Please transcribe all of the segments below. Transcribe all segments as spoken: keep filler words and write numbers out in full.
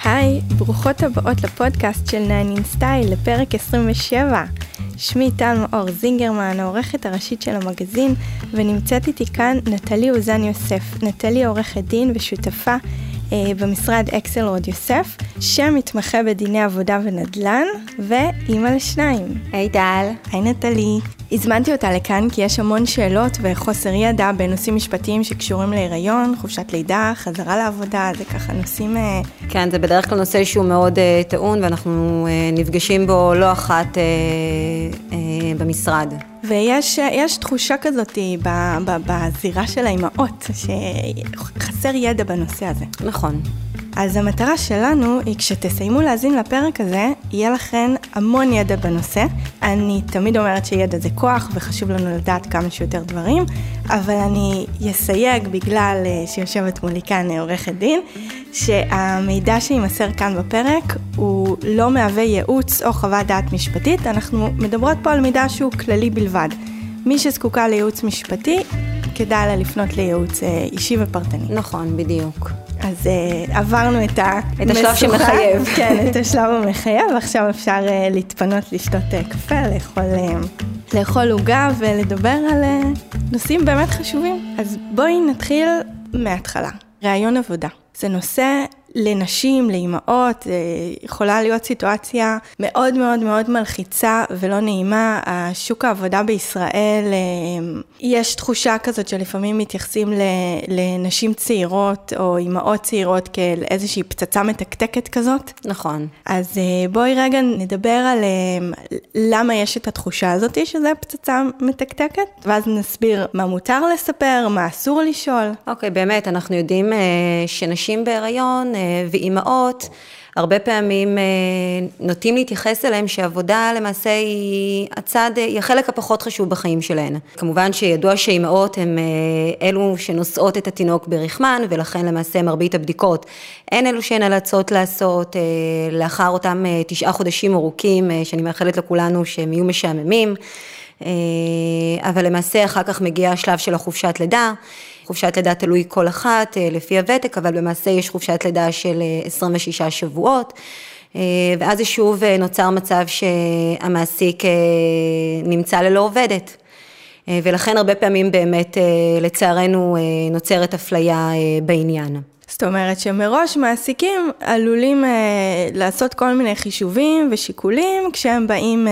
היי, ברוכות הבאות לפודקאסט של ניין אין סטייל, לפרק עשרים ושבע. שמי טל מאור זינגרמן, העורכת הראשית של המגזין, ונמצאת איתי כאן נטלי אוזן יוסף. נטלי עורכת דין ושותפה אה, במשרד אקסל רוד יוסף, שמתמחה בדיני עבודה ונדל"ן, ואימא לשניים. היי טל. היי נטלי. הזמנתי אותה לכאן כי יש המון שאלות וחוסר ידע בנושאים משפטיים שקשורים להיריון, חופשת לידה, חזרה לעבודה, זה ככה נושאים... כן, זה בדרך כלל נושא שהוא מאוד uh, טעון, ואנחנו uh, נפגשים בו לא אחת uh, uh, במשרד. ויש יש תחושה כזאת ב, ב, בזירה של האימהות, שחסר ידע בנושא הזה. נכון. אז המטרה שלנו היא כשתסיימו להזין לפרק הזה, יהיה לכן המון ידע בנושא. אני תמיד אומרת שידע זה כוח וחשוב לנו לדעת כמה שיותר דברים, אבל אני אסייג בגלל שיושבת מולי כאן עורכת דין, שהמידע שימסר כאן בפרק הוא לא מהווה ייעוץ או חוות דעת משפטית, אנחנו מדברות פה על מידע שהוא כללי בלבד. מי שזקוקה לייעוץ משפטי, כדאי לה לפנות לייעוץ אישי ופרטני. נכון, בדיוק. אז uh, עברנו את המשוכה. את השלב שמחייב. כן, את השלב המחייב, ועכשיו אפשר uh, להתפנות, לשתות uh, קפה, לאכול, uh, לאכול עוגה ולדבר על uh, נושאים באמת חשובים. אז בואי נתחיל מההתחלה. רעיון עבודה. זה נושא לנשים, לאימהות, יכולה להיות סיטואציה מאוד מאוד מאוד מלחיצה ולא נעימה. השוק העבודה בישראל, יש תחושה כזאת שלפעמים מתייחסים לנשים צעירות או אימהות צעירות כאל איזושהי פצצה מתקתקת כזאת. נכון. אז בואי רגע נדבר על למה יש את התחושה הזאת שזה פצצה מתקתקת, ואז נסביר מה מותר לספר, מה אסור לשאול. אוקיי, באמת, אנחנו יודעים שנשים בהיריון ואימהות, הרבה פעמים נוטים להתייחס אליהם שעבודה למעשה היא הצד, היא החלק הפחות חשוב בחיים שלהן. כמובן שידוע שאימהות הן אלו שנושאות את התינוק ברחמן, ולכן למעשה מרבית הבדיקות הן אלו שהן נאלצות לעשות לאחר אותם תשעה חודשים ארוכים, שאני מאחלת לכולנו שהם יהיו משעממים, אבל למעשה אחר כך מגיע השלב של החופשת לידה. חופשת לידה תלוי כל אחת לפי הוותק, אבל למעשה יש חופשת לידה של עשרים ושישה שבועות, ואז שוב נוצר מצב שהמעסיק נמצא ללא עובדת, ולכן הרבה פעמים באמת לצערנו נוצרת אפליה בעניין. זאת אומרת שמראש מעסיקים עלולים אה, לעשות כל מיני חישובים ושיקולים כשהם באים אה,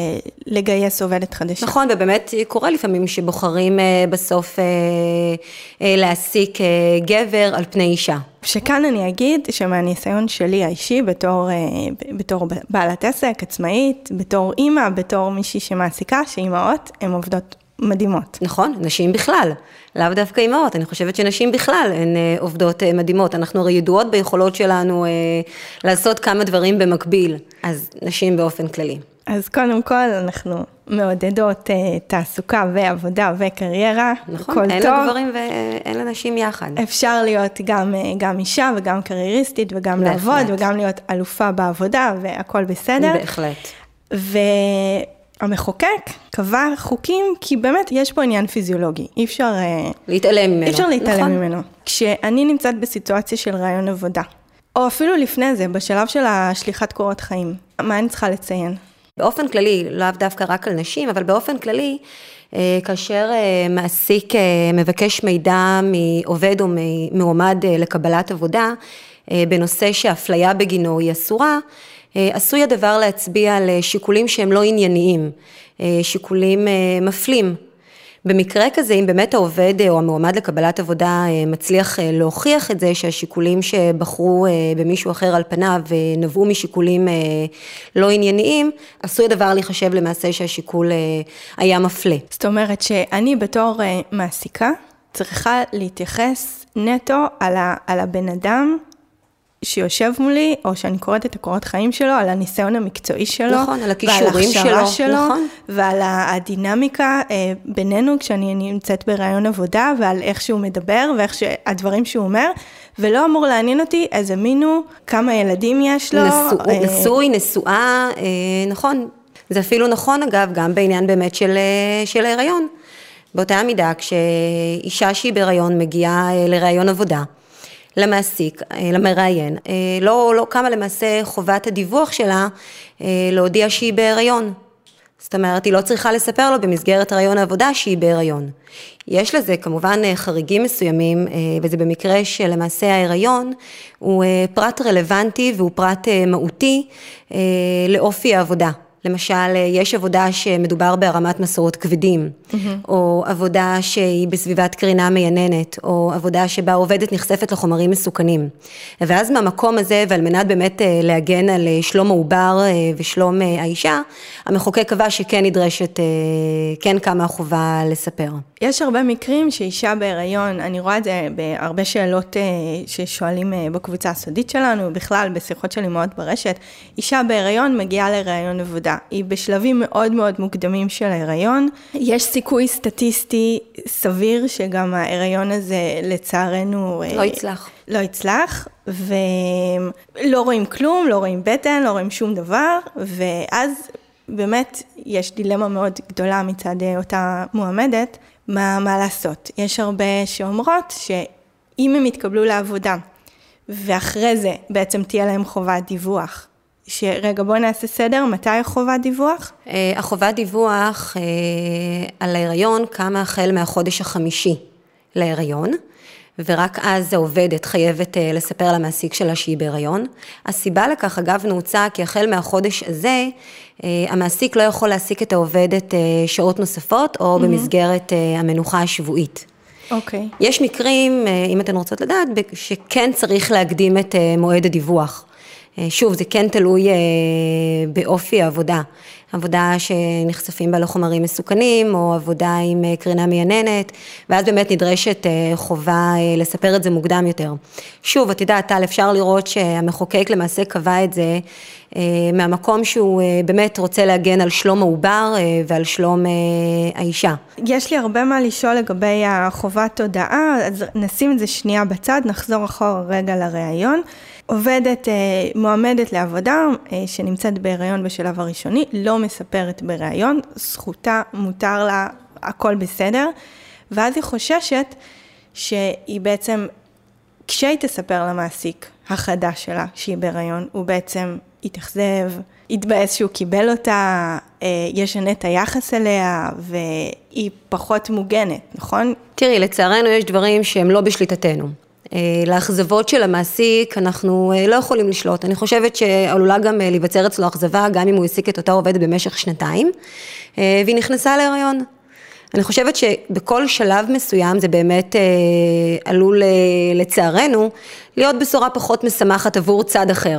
לגייס עובדת חדשה. נכון, ובאמת קורה לפעמים שבוחרים אה, בסוף אה, אה, להעסיק אה, גבר על פני אישה. שכאן אני אגיד שמהניסיון שלי האישי בתור, אה, בתור בעלת עסק, עצמאית, בתור אימא, בתור מישהי שמעסיקה, שאימהות הן עובדות מדהימות. נכון, נשים בכלל, לאו דווקא אימהות, אני חושבת שנשים בכלל הן אה, עובדות אה, מדהימות, אנחנו הרי ידועות ביכולות שלנו אה, לעשות כמה דברים במקביל, אז נשים באופן כללי. אז קודם כל אנחנו מעודדות אה, תעסוקה ועבודה וקריירה, נכון, אין לגברים ואין לנשים יחד. אפשר להיות גם, גם אישה וגם קרייריסטית וגם בהחלט. לעבוד וגם להיות אלופה בעבודה והכל בסדר. בהחלט. ו... המחוקק קבע חוקים, כי באמת יש פה עניין פיזיולוגי, אי אפשר להתעלם ממנו. אי אפשר להתעלם נכון. ממנו. כשאני נמצאת בסיטואציה של רעיון עבודה, או אפילו לפני זה, בשלב של השליחת קורות חיים, מה אני צריכה לציין? באופן כללי, לאו דווקא רק על נשים, אבל באופן כללי, כאשר מעסיק מבקש מידע מעובד או מעומד לקבלת עבודה, בנושא שהאפליה בגינו היא אסורה, עשוי הדבר להצביע על שיקולים שהם לא ענייניים, שיקולים מפלים. במקרה כזה, אם באמת העובד או המועמד לקבלת עבודה מצליח להוכיח את זה, שהשיקולים שבחרו במישהו אחר על פניו ונבעו משיקולים לא ענייניים, עשוי הדבר להיחשב למעשה שהשיקול היה מפלה. זאת אומרת שאני בתור מעסיקה צריכה להתייחס נטו על, ה, על הבן אדם, שיושב מולי, או שאני קוראת את הקורות חיים שלו, על הניסיון המקצועי שלו, נכון, על הכישורים שלו, ועל ההכשרה שלו, נכון. ועל הדינמיקה אה, בינינו, כשאני נמצאת ברעיון עבודה, ועל איך שהוא מדבר, ואיך שהדברים שהוא אומר, ולא אמור לעניין אותי איזה מינו, כמה ילדים יש לו. נשוא, אה, נשוי, נשואה, אה, נכון. זה אפילו נכון, אגב, גם בעניין באמת של, של ההיריון. באותה המידה, כשאישה שהיא בהיריון מגיעה לרעיון עבודה, למעסיק, למראיין, לא, לא קמה למעשה חובת הדיווח שלה להודיע שהיא בהיריון. זאת אומרת, היא לא צריכה לספר לו במסגרת הריון העבודה שהיא בהיריון. יש לזה כמובן חריגים מסוימים, וזה במקרה שלמעשה ההיריון הוא פרט רלוונטי והוא פרט מהותי לאופי העבודה. למשל, יש עבודה שמדובר בהרמת מסורות כבדים, mm-hmm. או עבודה שהיא בסביבת קרינה מייננת, או עבודה שבה עובדת נחשפת לחומרים מסוכנים. ואז מהמקום הזה, ועל מנת באמת להגן על שלום העובר ושלום האישה, המחוקק קבע שכן נדרשת, כן קמה החובה לספר. יש הרבה מקרים שאישה בהיריון, אני רואה את זה בהרבה שאלות ששואלים בקבוצה הסודית שלנו, בכלל בשיחות של אימהות ברשת, אישה בהיריון מגיעה להיריון עבודה. היא בשלבים מאוד מאוד מוקדמים של ההיריון. יש סיכוי סטטיסטי סביר שגם ההיריון הזה לצערנו לא יצלח. לא יצלח, ולא רואים כלום, לא רואים בטן, לא רואים שום דבר, ואז באמת יש דילמה מאוד גדולה מצד אותה מועמדת, מה, מה לעשות. יש הרבה שאומרות שאם הם יתקבלו לעבודה, ואחרי זה בעצם תהיה להם חובת דיווח, שרגע בוא נעשה סדר, מתי החובת דיווח? החובת דיווח על ההיריון קמה החל מהחודש החמישי להיריון, ורק אז העובדת חייבת לספר למעסיק שלה שהיא בהיריון. הסיבה לכך, אגב, נעוצה כי החל מהחודש הזה, המעסיק לא יכול להעסיק את העובדת שעות נוספות, או mm-hmm. במסגרת המנוחה השבועית. אוקיי. Okay. יש מקרים, אם אתן רוצות לדעת, שכן צריך להקדים את מועד הדיווח. שוב, זה כן תלוי באופי העבודה. עבודה שנחשפים בה לחומרים מסוכנים, או עבודה עם קרינה מייננת, ואז באמת נדרשת חובה לספר את זה מוקדם יותר. שוב, את יודעת, טל, אפשר לראות שהמחוקק למעשה קבע את זה, מהמקום שהוא באמת רוצה להגן על שלום העובר ועל שלום האישה. יש לי הרבה מה לשאול לגבי החובת הודעה, אז נשים את זה שנייה בצד, נחזור אחורה רגע לראיון. עובדת, מועמדת לעבודה שנמצאת בהיריון בשלב הראשוני, לא מספרת בהיריון, זכותה, מותר לה, הכל בסדר, ואז היא חוששת שהיא בעצם, כשהיא תספר למעסיק החדש שלה שהיא בהיריון, הוא בעצם יתאכזב, יתבאס שהוא קיבל אותה, ישנה את היחס אליה, והיא פחות מוגנת, נכון? תראי, לצערנו יש דברים שהם לא בשליטתנו. לאכזבות של המעסיק אנחנו לא יכולים לשלוט. אני חושבת שעלולה גם להיווצר אצלו אכזבה, גם אם הוא העסיק את אותה עובדת במשך שנתיים, והיא נכנסה להיריון. אני חושבת שבכל שלב מסוים זה באמת עלול לצערנו להיות בשורה פחות משמחת עבור צד אחר.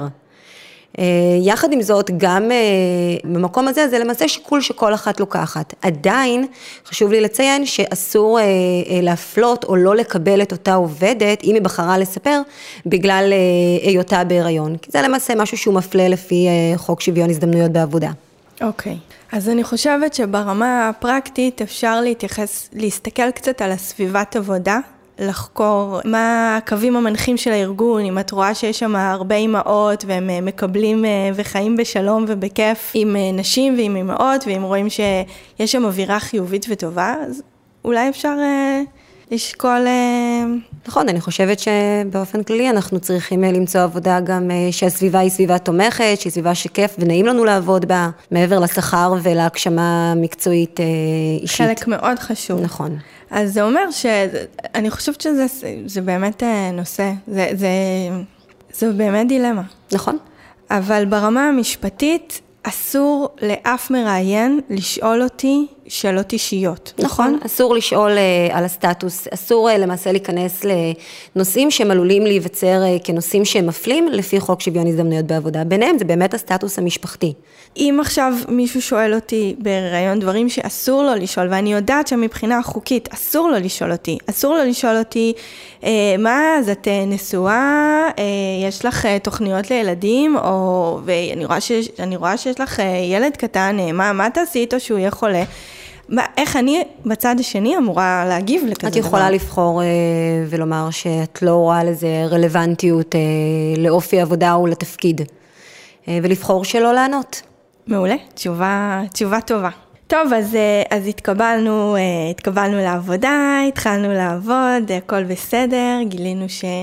יחד עם זאת, גם במקום הזה, זה למעשה שיקול שכל אחת לוקחת. עדיין, חשוב לי לציין שאסור להפלות או לא לקבל את אותה עובדת, אם היא בחרה לספר, בגלל היותה בהיריון. כי זה למעשה משהו שהוא מפלה לפי חוק שוויון הזדמנויות בעבודה. אוקיי. אז אני חושבת שברמה הפרקטית אפשר להתייחס, להסתכל קצת על הסביבת עבודה, לחקור מה הקווים המנחים של הארגון, אם את רואה שיש שם הרבה אימהות והם מקבלים וחיים בשלום ובכיף עם נשים ועם אימהות, ואם רואים שיש שם אווירה חיובית וטובה, אז אולי אפשר לשקול... נכון, אני חושבת שבאופן כללי אנחנו צריכים למצוא עבודה גם שהסביבה היא סביבה תומכת, שהיא סביבה שכיף ונעים לנו לעבוד בה, מעבר לשכר ולהגשמה מקצועית אישית. חלק מאוד חשוב. נכון. אז זה אומר שאני חושבת שזה זה באמת נושא, זה, זה, זה באמת דילמה. נכון. אבל ברמה המשפטית אסור לאף מראיין לשאול אותי שאלות אישיות, נכון? נכון, אסור לשאול uh, על הסטטוס, אסור uh, למעשה להיכנס לנושאים שהם עלולים להיווצר uh, כנושאים שהם מפלים לפי חוק שוויון הזדמנויות בעבודה. ביניהם זה באמת הסטטוס המשפחתי. אם עכשיו מישהו שואל אותי בהיריון דברים שאסור לו לשאול, ואני יודעת שמבחינה חוקית אסור לו לשאול אותי, אסור לו לשאול אותי, אה, מה, אז את נשואה, אה, יש לך אה, תוכניות לילדים, או, ואני רואה, שיש, אני רואה שיש לך אה, ילד קטן, אה, מה, מה תעשי איתו שהוא יהיה חולה? מה, איך אני בצד השני אמורה להגיב לכזה דבר? את יכולה לבחור אה, ולומר שאת לא רואה לזה רלוונטיות אה, לאופי עבודה או לתפקיד, אה, ולבחור שלא לענות. מעולה, תשובה, תשובה טובה. טוב, אז, אז התקבלנו, התקבלנו לעבודה, התחלנו לעבוד, הכל בסדר, גילינו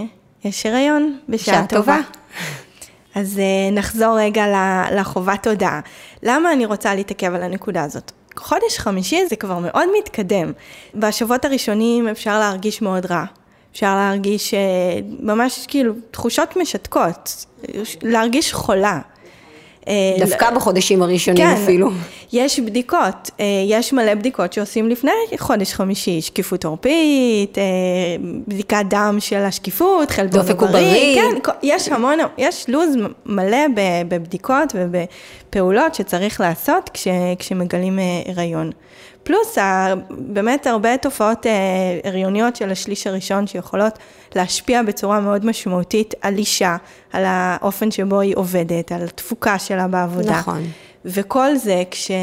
יש הריון בשעה טובה. אז נחזור רגע לחובת הודעה. למה אני רוצה להתעכב על הנקודה הזאת? חודש חמישי זה כבר מאוד מתקדם. בשבועות הראשונים אפשר להרגיש מאוד רע. אפשר להרגיש ממש כאילו תחושות משתקות, להרגיש חולה. דווקא בחודשים הראשונים כן, אפילו. יש בדיקות, יש מלא בדיקות שעושים לפני חודש חמישי, שקיפות עורפית, בדיקת דם של השקיפות, חלבון דופק עוברי. כן, יש המון, יש לוז מלא בבדיקות ובפעולות שצריך לעשות כש, כשמגלים הריון. פלוס באמת הרבה תופעות הריוניות של השליש הראשון שיכולות להשפיע בצורה מאוד משמעותית על אישה, על האופן שבו היא עובדת, על התפוקה שלה בעבודה. נכון. וכל זה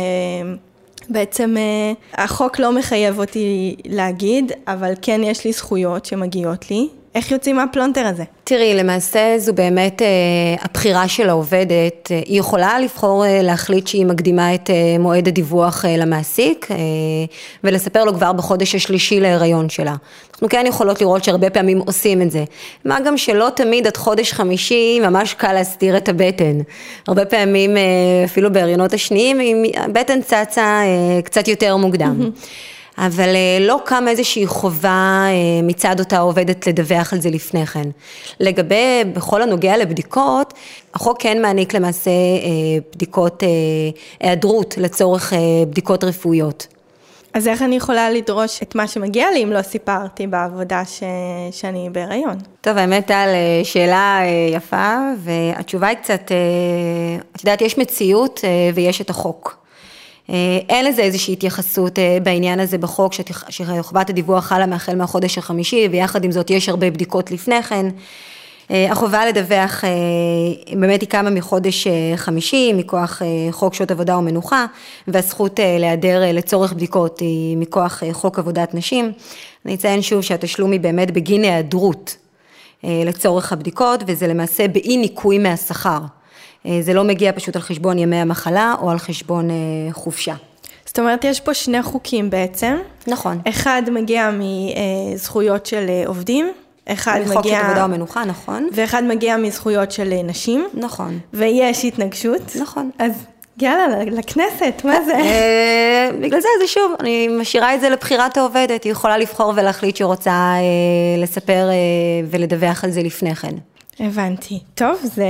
כשבעצם החוק לא מחייב אותי להגיד, אבל כן יש לי זכויות שמגיעות לי. איך יוצאים מהפלונטר הזה? תראי, למעשה זו באמת אה, הבחירה של העובדת. היא יכולה לבחור אה, להחליט שהיא מקדימה את אה, מועד הדיווח אה, למעסיק, אה, ולספר לו כבר בחודש השלישי להיריון שלה. אנחנו כן יכולות לראות שהרבה פעמים עושים את זה. מה גם שלא תמיד עד חודש חמישי ממש קל להסתיר את הבטן. הרבה פעמים, אה, אפילו בהריונות השניים, הבטן צצה אה, קצת יותר מוקדם. אבל לא קם איזושהי חובה מצד אותה עובדת לדווח על זה לפני כן. לגבי, בכל הנוגע לבדיקות, החוק כן מעניק למעשה בדיקות היעדרות לצורך בדיקות רפואיות. אז איך אני יכולה לדרוש את מה שמגיע לי אם לא סיפרתי בעבודה ש... שאני בהיריון? טוב, האמת על שאלה יפה, והתשובה היא קצת, את יודעת, יש מציאות ויש את החוק. אין לזה איזושהי התייחסות בעניין הזה בחוק, שחובת הדיווח חלה מהחל מהחודש החמישי, ויחד עם זאת יש הרבה בדיקות לפני כן. החובה לדווח באמת היא קמה מחודש חמישי, מכוח חוק שעות עבודה ומנוחה, והזכות להיעדר לצורך בדיקות היא מכוח חוק עבודת נשים. אני אציין שוב שהתשלום היא באמת בגין היעדרות לצורך הבדיקות, וזה למעשה באי ניכוי מהשכר. זה לא מגיע פשוט על חשבון ימי המחלה או על חשבון חופשה. זאת אומרת, יש פה שני חוקים בעצם. נכון. אחד מגיע מזכויות של עובדים, אחד מגיע... מחוק שעות עבודה ומנוחה, נכון. ואחד מגיע מזכויות של נשים. נכון. ויש התנגשות. נכון. אז יאללה, לכנסת, מה זה? בגלל זה, זה שוב, אני משאירה את זה לבחירת העובדת, היא יכולה לבחור ולהחליט שהיא רוצה לספר ולדווח על זה לפני כן. הבנתי. טוב, זה...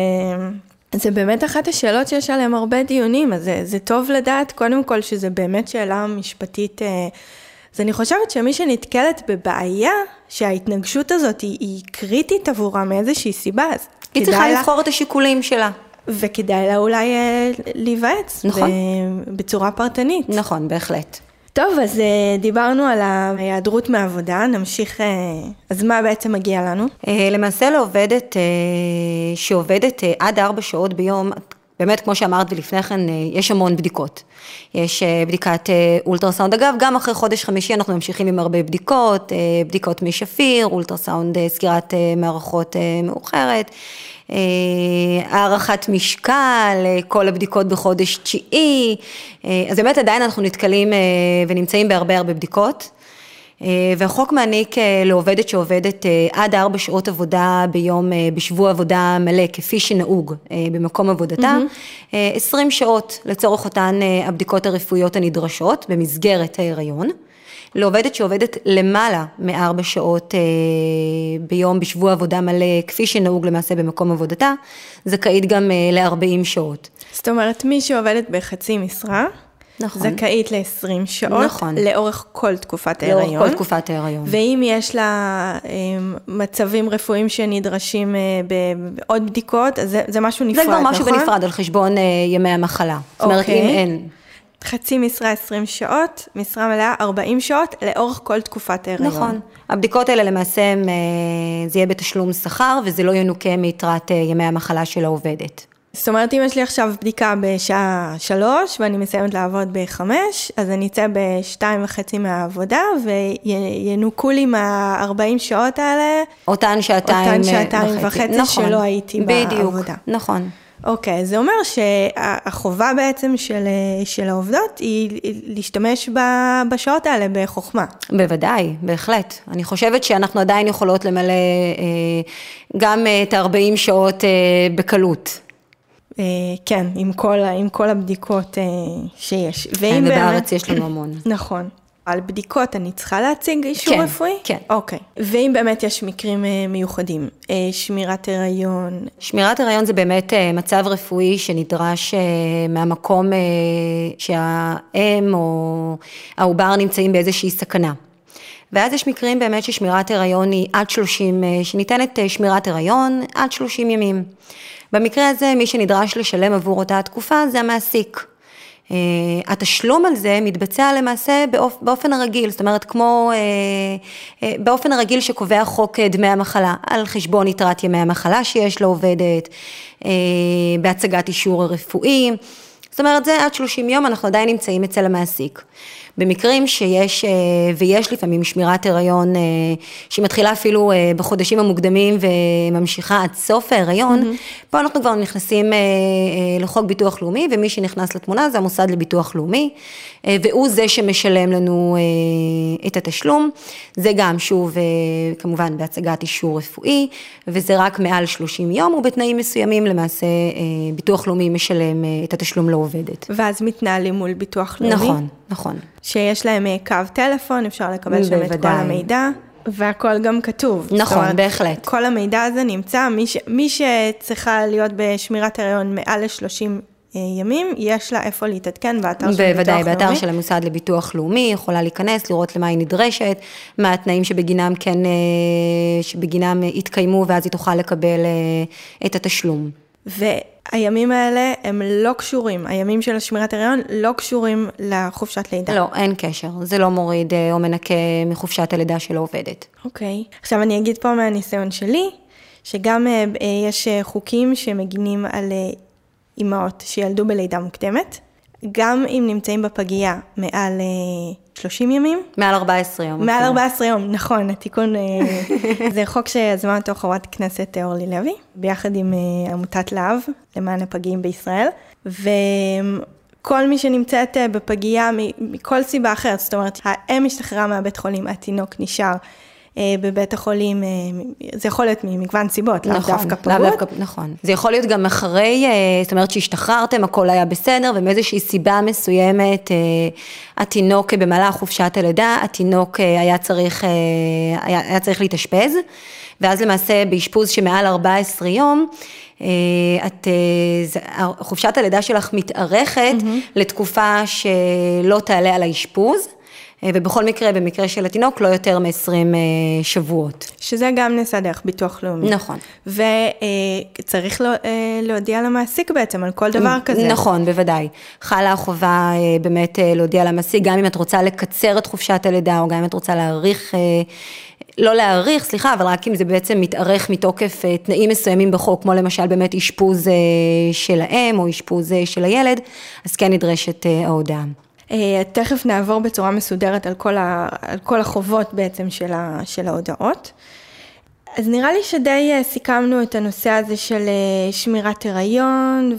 זה באמת אחת השאלות שיש עליהן הרבה דיונים, אז זה, זה טוב לדעת קודם כל שזה באמת שאלה משפטית, אז אני חושבת שמי שנתקלת בבעיה, שההתנגשות הזאת היא, היא קריטית עבורה מאיזושהי סיבה, אז היא צריכה לה... לבחור את השיקולים שלה. וכדאי לה אולי להיוועץ, נכון. בצורה פרטנית. נכון, בהחלט. טוב, אז דיברנו על ההיעדרות מהעבודה, נמשיך, אז מה בעצם מגיע לנו? למעשה לעובדת שעובדת עד ארבע שעות ביום, באמת כמו שאמרת ולפני כן, יש המון בדיקות. יש בדיקת אולטרסאונד, אגב, גם אחרי חודש חמישי אנחנו ממשיכים עם הרבה בדיקות, בדיקות מי שפיר, אולטרסאונד, סגירת מערכות מאוחרת, הערכת משקל, כל הבדיקות בחודש תשיעי, אז באמת עדיין אנחנו נתקלים ונמצאים בהרבה הרבה בדיקות, והחוק מעניק לעובדת שעובדת עד ארבע שעות עבודה ביום, בשבוע עבודה מלא, כפי שנהוג במקום עבודתה, mm-hmm. עשרים שעות לצורך אותן הבדיקות הרפואיות הנדרשות במסגרת ההיריון, לעובדת שעובדת למעלה מארבע שעות ביום בשבוע עבודה מלא, כפי שנהוג למעשה במקום עבודתה, זכאית גם ל-ארבעים שעות. זאת אומרת, מי שעובדת בחצי משרה, נכון. זכאית ל-עשרים שעות, נכון. לאורך כל תקופת ההיריון. לאורך כל תקופת ההיריון. ואם יש לה מצבים רפואיים שנדרשים בעוד בדיקות, אז זה, זה משהו נפרד, נכון? זה כבר משהו נכון? בנפרד על חשבון ימי המחלה. זאת אומרת, אוקיי. אם אין... חצי משרה עשרים שעות, משרה מלאה ארבעים שעות, לאורך כל תקופת ההיריון. נכון. הבדיקות האלה למעשה, זה יהיה בתשלום שכר, וזה לא ינוקה מיתרת ימי המחלה של העובדת. זאת אומרת, אם יש לי עכשיו בדיקה בשעה שלוש, ואני מסיימת לעבוד בחמש, אז אני אצא בשתיים וחצי מהעבודה, וינוקו לי מה-ארבעים שעות האלה, אותן שעתיים, אותן שעתיים וחצי, נכון, שלא הייתי בדיוק, בעבודה. נכון. אוקיי, זה אומר שהחובה בעצם של, של העובדות היא להשתמש בשעות האלה בחוכמה. בוודאי, בהחלט. אני חושבת שאנחנו עדיין יכולות למלא גם את ארבעים שעות בקלות. כן, עם כל, עם כל הבדיקות שיש. כן, ובארץ יש לנו המון. נכון. על בדיקות אני צריכה להציג אישור כן, רפואי? כן. אוקיי. ואם באמת יש מקרים מיוחדים, שמירת הריון? שמירת הריון זה באמת מצב רפואי שנדרש מהמקום שהאם או העובר נמצאים באיזושהי סכנה. ואז יש מקרים באמת ששמירת הריון היא עד שלושים, שניתנת שמירת הריון עד שלושים ימים. במקרה הזה מי שנדרש לשלם עבור אותה התקופה זה המעסיק. Uh, התשלום על זה מתבצע למעשה באופ, באופן הרגיל, זאת אומרת כמו uh, uh, באופן הרגיל שקובע חוק uh, דמי המחלה, על חשבון יתרת ימי המחלה שיש לעובדת, uh, בהצגת אישור הרפואי, זאת אומרת זה עד שלושים יום אנחנו עדיין נמצאים אצל המעסיק. במקרים שיש, ויש לפעמים שמירת הריון, שמתחילה אפילו בחודשים המוקדמים וממשיכה עד סוף ההריון, mm-hmm. פה אנחנו כבר נכנסים לחוק ביטוח לאומי, ומי שנכנס לתמונה זה המוסד לביטוח לאומי, והוא זה שמשלם לנו את התשלום, זה גם שוב כמובן בהצגת אישור רפואי, וזה רק מעל שלושים יום, ובתנאים מסוימים למעשה ביטוח לאומי משלם את התשלום לעובדת. ואז מתנהלים מול ביטוח לאומי? נכון, נכון. שיש להם קו טלפון, אפשר לקבל שם את כל המידע, והכל גם כתוב. נכון, אומרת, בהחלט. כל המידע הזה נמצא, מי, ש, מי שצריכה להיות בשמירת הריון מעל ל-שלושים ימים, יש לה איפה להתעדכן באתר של ביטוח לאומי. בוודאי, באתר של המוסד לביטוח לאומי, יכולה להיכנס, לראות למה היא נדרשת, מה התנאים שבגינם כן, שבגינם יתקיימו, ואז היא תוכל לקבל את התשלום. והימים האלה הם לא קשורים, הימים של השמירת הריון לא קשורים לחופשת לידה. לא, אין קשר, זה לא מוריד או מנקה מחופשת הלידה של העובדת. אוקיי, עכשיו אני אגיד פה מהניסיון שלי, שגם יש חוקים שמגינים על אימהות שילדו בלידה מוקדמת, גם אם נמצאים בפגייה מעל שלושים ימים. מעל ארבע עשרה יום. מעל ארבע עשרה יום, נכון, התיקון, זה חוק שיזמה אותו חברת כנסת אורלי לוי, ביחד עם עמותת להב, למען הפגים בישראל, וכל מי שנמצאת בפגייה מכל סיבה אחרת, זאת אומרת, האם השתחררה מהבית חולים, התינוק נשאר, בבית החולים, זה יכול להיות ממגוון סיבות, לאו דווקא פגות. נכון. זה יכול להיות גם אחרי, זאת אומרת שהשתחררתם, הכל היה בסדר, ומאיזושהי סיבה מסוימת, התינוק במהלך חופשת הלידה, התינוק היה צריך, היה, היה צריך להתאשפז, ואז למעשה באשפוז שמעל ארבע עשרה יום, את, חופשת הלידה שלך מתארכת mm-hmm. לתקופה שלא תעלה על האשפוז, ובכל מקרה, במקרה של התינוק, לא יותר מ-עשרים שבועות. שזה גם נעשה דרך ביטוח לאומי. נכון. וצריך להודיע למעסיק בעצם על כל דבר כזה. נכון, בוודאי. חלה החובה באמת להודיע למעסיק, גם אם את רוצה לקצר את חופשת הלידה, או גם אם את רוצה להאריך, לא להאריך, סליחה, אבל רק אם זה בעצם מתארך מתוקף תנאים מסוימים בחוק, כמו למשל באמת אשפוז של האם, או אשפוז של הילד, אז כן נדרשת ההודעה. תכף נעבור בצורה מסודרת על כל, ה, על כל החובות בעצם של, ה, של ההודעות. אז נראה לי שדי סיכמנו את הנושא הזה של שמירת הריון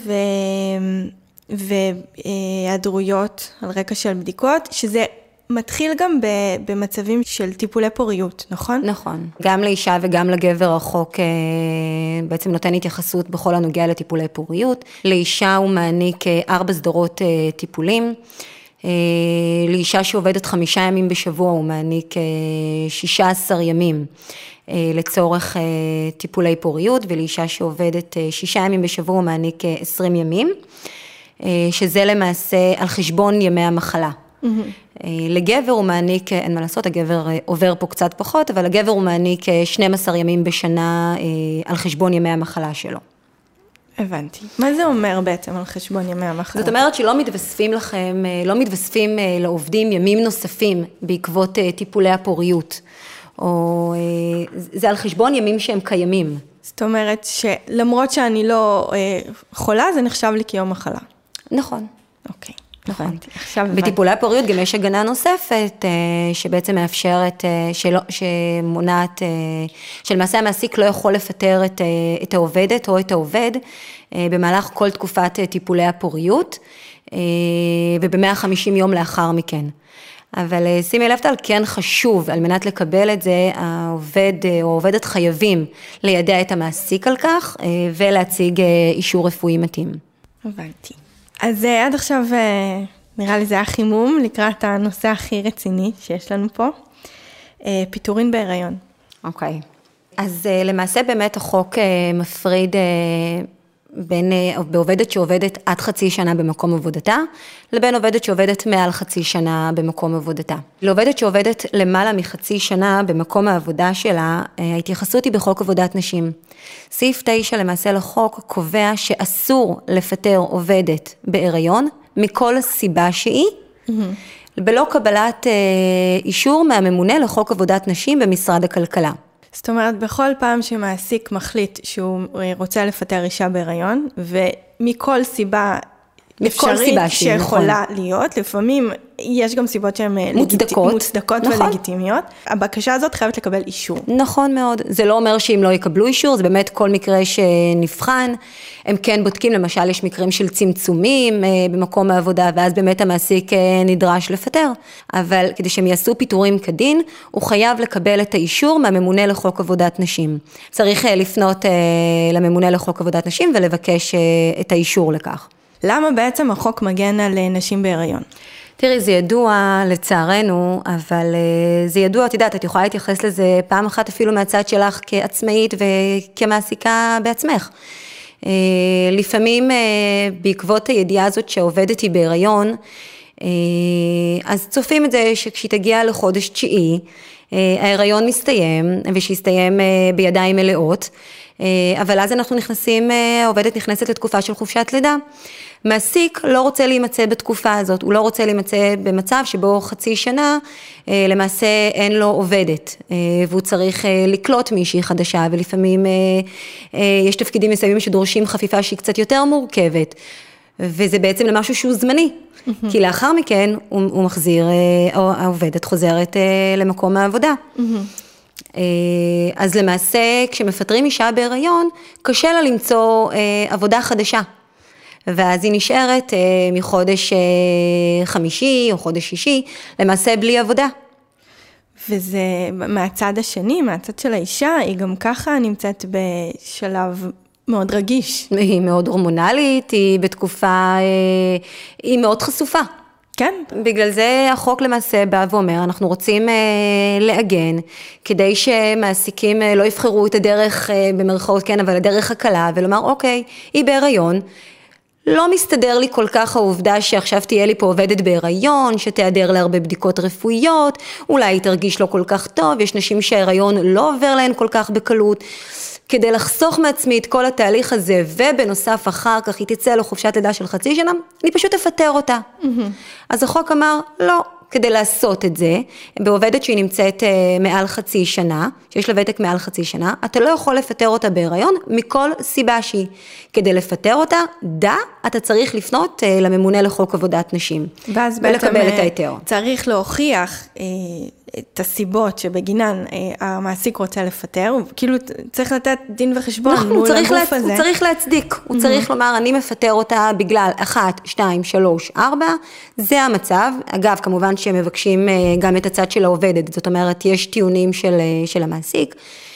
והיעדרויות על רקע של בדיקות, שזה מתחיל גם במצבים של טיפולי פוריות, נכון? נכון. גם לאישה וגם לגבר החוק בעצם נותן התייחסות בכל הנוגע לטיפולי פוריות. לאישה הוא מעניק ארבע סדרות טיפולים. לאישה שעובדת חמישה ימים בשבוע הוא מעניק שישה עשר ימים לצורך טיפולי פוריות, ולאישה שעובדת שישה ימים בשבוע הוא מעניק עשרים ימים, שזה למעשה על חשבון ימי המחלה. Mm-hmm. לגבר הוא מעניק, אין מה לעשות, הגבר עובר פה קצת פחות, אבל לגבר הוא מעניק שנים עשר ימים בשנה על חשבון ימי המחלה שלו. הבנתי. מה זה אומר בעצם על חשבון ימי המחלה? זאת אומרת שלא מתווספים לכם, לא מתווספים לעובדים ימים נוספים בעקבות טיפולי הפוריות, או זה על חשבון ימים שהם קיימים. זאת אומרת שלמרות שאני לא חולה, זה נחשב לי כיום מחלה. נכון. אוקיי. נכון. עכשיו בטיפולי הפוריות גם יש הגנה נוספת, שבעצם מאפשרת, שלא, שמונעת, שלמעשה המעסיק לא יכול לפטר את, את העובדת או את העובד, במהלך כל תקופת טיפולי הפוריות, וב-מאה וחמישים יום לאחר מכן. אבל שימי לב טל, כן חשוב, על מנת לקבל את זה, העובד או העובדת חייבים לידע את המעסיק על כך, ולהציג אישור רפואי מתאים. הבנתי. אז עד עכשיו נראה לי זה היה חימום לקראת הנושא הכי רציני שיש לנו פה, פיטורין בהיריון. אוקיי. אז למעשה באמת החוק מפריד בין בעובדת שעובדת עד חצי שנה במקום עבודתה, לבין עובדת שעובדת מעל חצי שנה במקום עבודתה. לעובדת שעובדת למעלה מחצי שנה במקום העבודה שלה, ההתייחסות היא בחוק עבודת נשים. סעיף תשע למעשה לחוק קובע שאסור לפטר עובדת בהיריון, מכל סיבה שהיא, mm-hmm. בלא קבלת אישור מהממונה לחוק עבודת נשים במשרד הכלכלה. זאת אומרת, בכל פעם שמעסיק מחליט שהוא רוצה לפטר אישה בהיריון, ומכל סיבה אפשרית שיכולה נכון. להיות, לפעמים יש גם סיבות שהן מוצדקות, לגיט... מוצדקות נכון. ולגיטימיות, הבקשה הזאת חייבת לקבל אישור. נכון מאוד, זה לא אומר שאם לא יקבלו אישור, זה באמת כל מקרה שנבחן, הם כן בודקים, למשל יש מקרים של צמצומים במקום העבודה, ואז באמת המעסיק נדרש לפטר, אבל כדי שהם יעשו פיטורים כדין, הוא חייב לקבל את האישור מהממונה לחוק עבודת נשים. צריך לפנות לממונה לחוק עבודת נשים ולבקש את האישור לכך. למה בעצם החוק מגן על נשים בהיריון? תראי, זה ידוע לצערנו, אבל זה ידוע, את יודעת, את יכולה להתייחס לזה פעם אחת אפילו מהצד שלך כעצמאית וכמעסיקה בעצמך. לפעמים בעקבות הידיעה הזאת שהעובדת היא בהיריון, אז צופים את זה שכשהיא תגיע לחודש תשיעי, ההיריון מסתיים, ושיסתיים בידיים מלאות, אבל אז אנחנו נכנסים, העובדת נכנסת לתקופה של חופשת לידה. מעסיק לא רוצה להימצא בתקופה הזאת, הוא לא רוצה להימצא במצב שבו חצי שנה למעשה אין לו עובדת, והוא צריך לקלוט מישהי חדשה, ולפעמים יש תפקידים מסוימים שדורשים חפיפה שהיא קצת יותר מורכבת, וזה בעצם למשהו שהוא זמני, mm-hmm. כי לאחר מכן הוא, הוא מחזיר, או העובדת חוזרת למקום העבודה. Mm-hmm. אז למעשה כשמפטרים אישה בהיריון, קשה לה למצוא עבודה חדשה. ואז היא נשארת מחודש חמישי או חודש שישי, למעשה בלי עבודה. וזה מהצד השני, מהצד של האישה, היא גם ככה נמצאת בשלב מאוד רגיש. היא מאוד הורמונלית, היא בתקופה, היא מאוד חשופה. כן. בגלל זה החוק למעשה בא ואומר, אנחנו רוצים לעגן, כדי שמעסיקים לא יבחרו את הדרך במרכאות, כן, אבל הדרך הקלה, ולומר, אוקיי, היא בהיריון, לא מסתדר לי כל כך העובדה שעכשיו תהיה לי פה עובדת בהיריון, שתיעדר לה הרבה בדיקות רפואיות, אולי היא תרגיש לא כל כך טוב, יש נשים שההיריון לא עובר להן כל כך בקלות, כדי לחסוך מעצמי את כל התהליך הזה, ובנוסף אחר כך היא תצא לחופשת לידה של חצי שנה, אני פשוט אפטר אותה. Mm-hmm. אז החוק אמר, לא, כדי לעשות את זה, בעובדת שהיא נמצאת מעל חצי שנה, שיש לה ותק מעל חצי שנה, אתה לא יכול לפטר אותה בהיריון מכל סיבה שהיא. כדי לפטר אותה, דע, אתה צריך לפנות לממונה לחוק עבודת נשים. ואז ולקבל את ההיתר. צריך להוכיח את הסיבות שבגינן המעסיק רוצה לפטר, כאילו צריך לתת דין וחשבון מול הגוף הזה. הוא צריך להצדיק, הוא צריך לומר, אני מפטר אותה בגלל אחת, שתיים, שלוש, ארבע, זה המצב. אגב, כמובן שהם מבקשים גם את הצד של העובדת, זאת אומרת, יש טיעונים של, של המעסיק,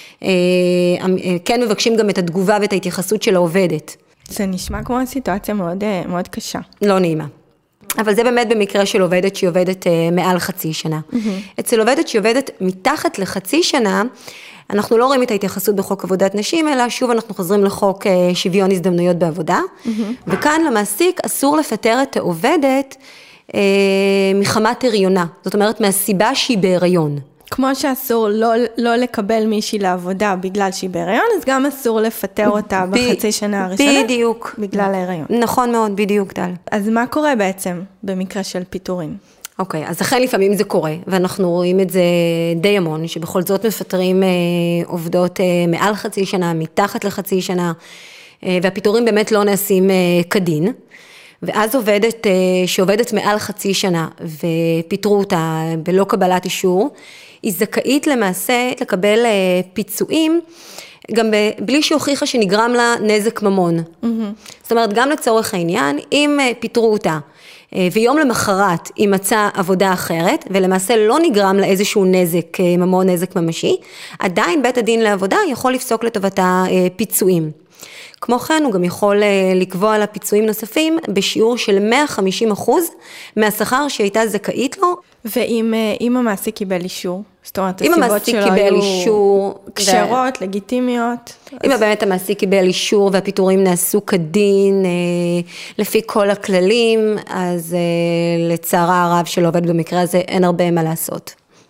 כן מבקשים גם את התגובה ואת ההתייחסות של העובדת. זה נשמע כמו סיטואציה מאוד, מאוד קשה. לא נעימה. אבל זה באמת במקרה של עובדת שהיא עובדת מעל חצי שנה. Mm-hmm. אצל עובדת שהיא עובדת מתחת לחצי שנה, אנחנו לא רואים את ההתייחסות בחוק עבודת נשים, אלא שוב אנחנו חוזרים לחוק שוויון הזדמנויות בעבודה, mm-hmm. וכאן למעסיק אסור לפטר את העובדת אה, מחמת הריונה, זאת אומרת מהסיבה שהיא בהיריון. כמו שאסור לא, לא לקבל מישהי לעבודה בגלל שהיא בהיריון, אז גם אסור לפטר אותה ב- בחצי שנה הראשונה. בדיוק. בגלל ההיריון. נכון מאוד, בדיוק, דל. אז מה קורה בעצם במקרה של פיטורים? אוקיי, אז לכן לפעמים זה קורה, ואנחנו רואים את זה די המון, שבכל זאת מפטרים אה, עובדות אה, מעל חצי שנה, מתחת לחצי שנה, אה, והפיטורים באמת לא נעשים אה, כדין. ואז עובדת, שעובדת מעל חצי שנה, ופיטרו אותה בלא קבלת אישור, היא זכאית למעשה לקבל פיצויים, גם בלי שהוכיחה שנגרם לה נזק ממון. Mm-hmm. זאת אומרת, גם לצורך העניין, אם פיטרו אותה, ויום למחרת היא מצאה עבודה אחרת, ולמעשה לא נגרם לה איזשהו נזק, ממון נזק ממשי, עדיין בית הדין לעבודה יכול לפסוק לטובתה פיצויים. כמו כן, הוא גם יכול לקבוע לה פיצויים נוספים בשיעור של מאה וחמישים אחוז מהשכר שהייתה זכאית לו. ואם אם המעסיק קיבל אישור? זאת אומרת, אם המעסיק קיבל אישור, קשרות, לגיטימיות. אם באמת המעסיק קיבל אישור והפיטורים נעשו כדין, לפי כל הכללים, אז לצערה הרב של עובד במקרה הזה אין הרבה מה לעשות.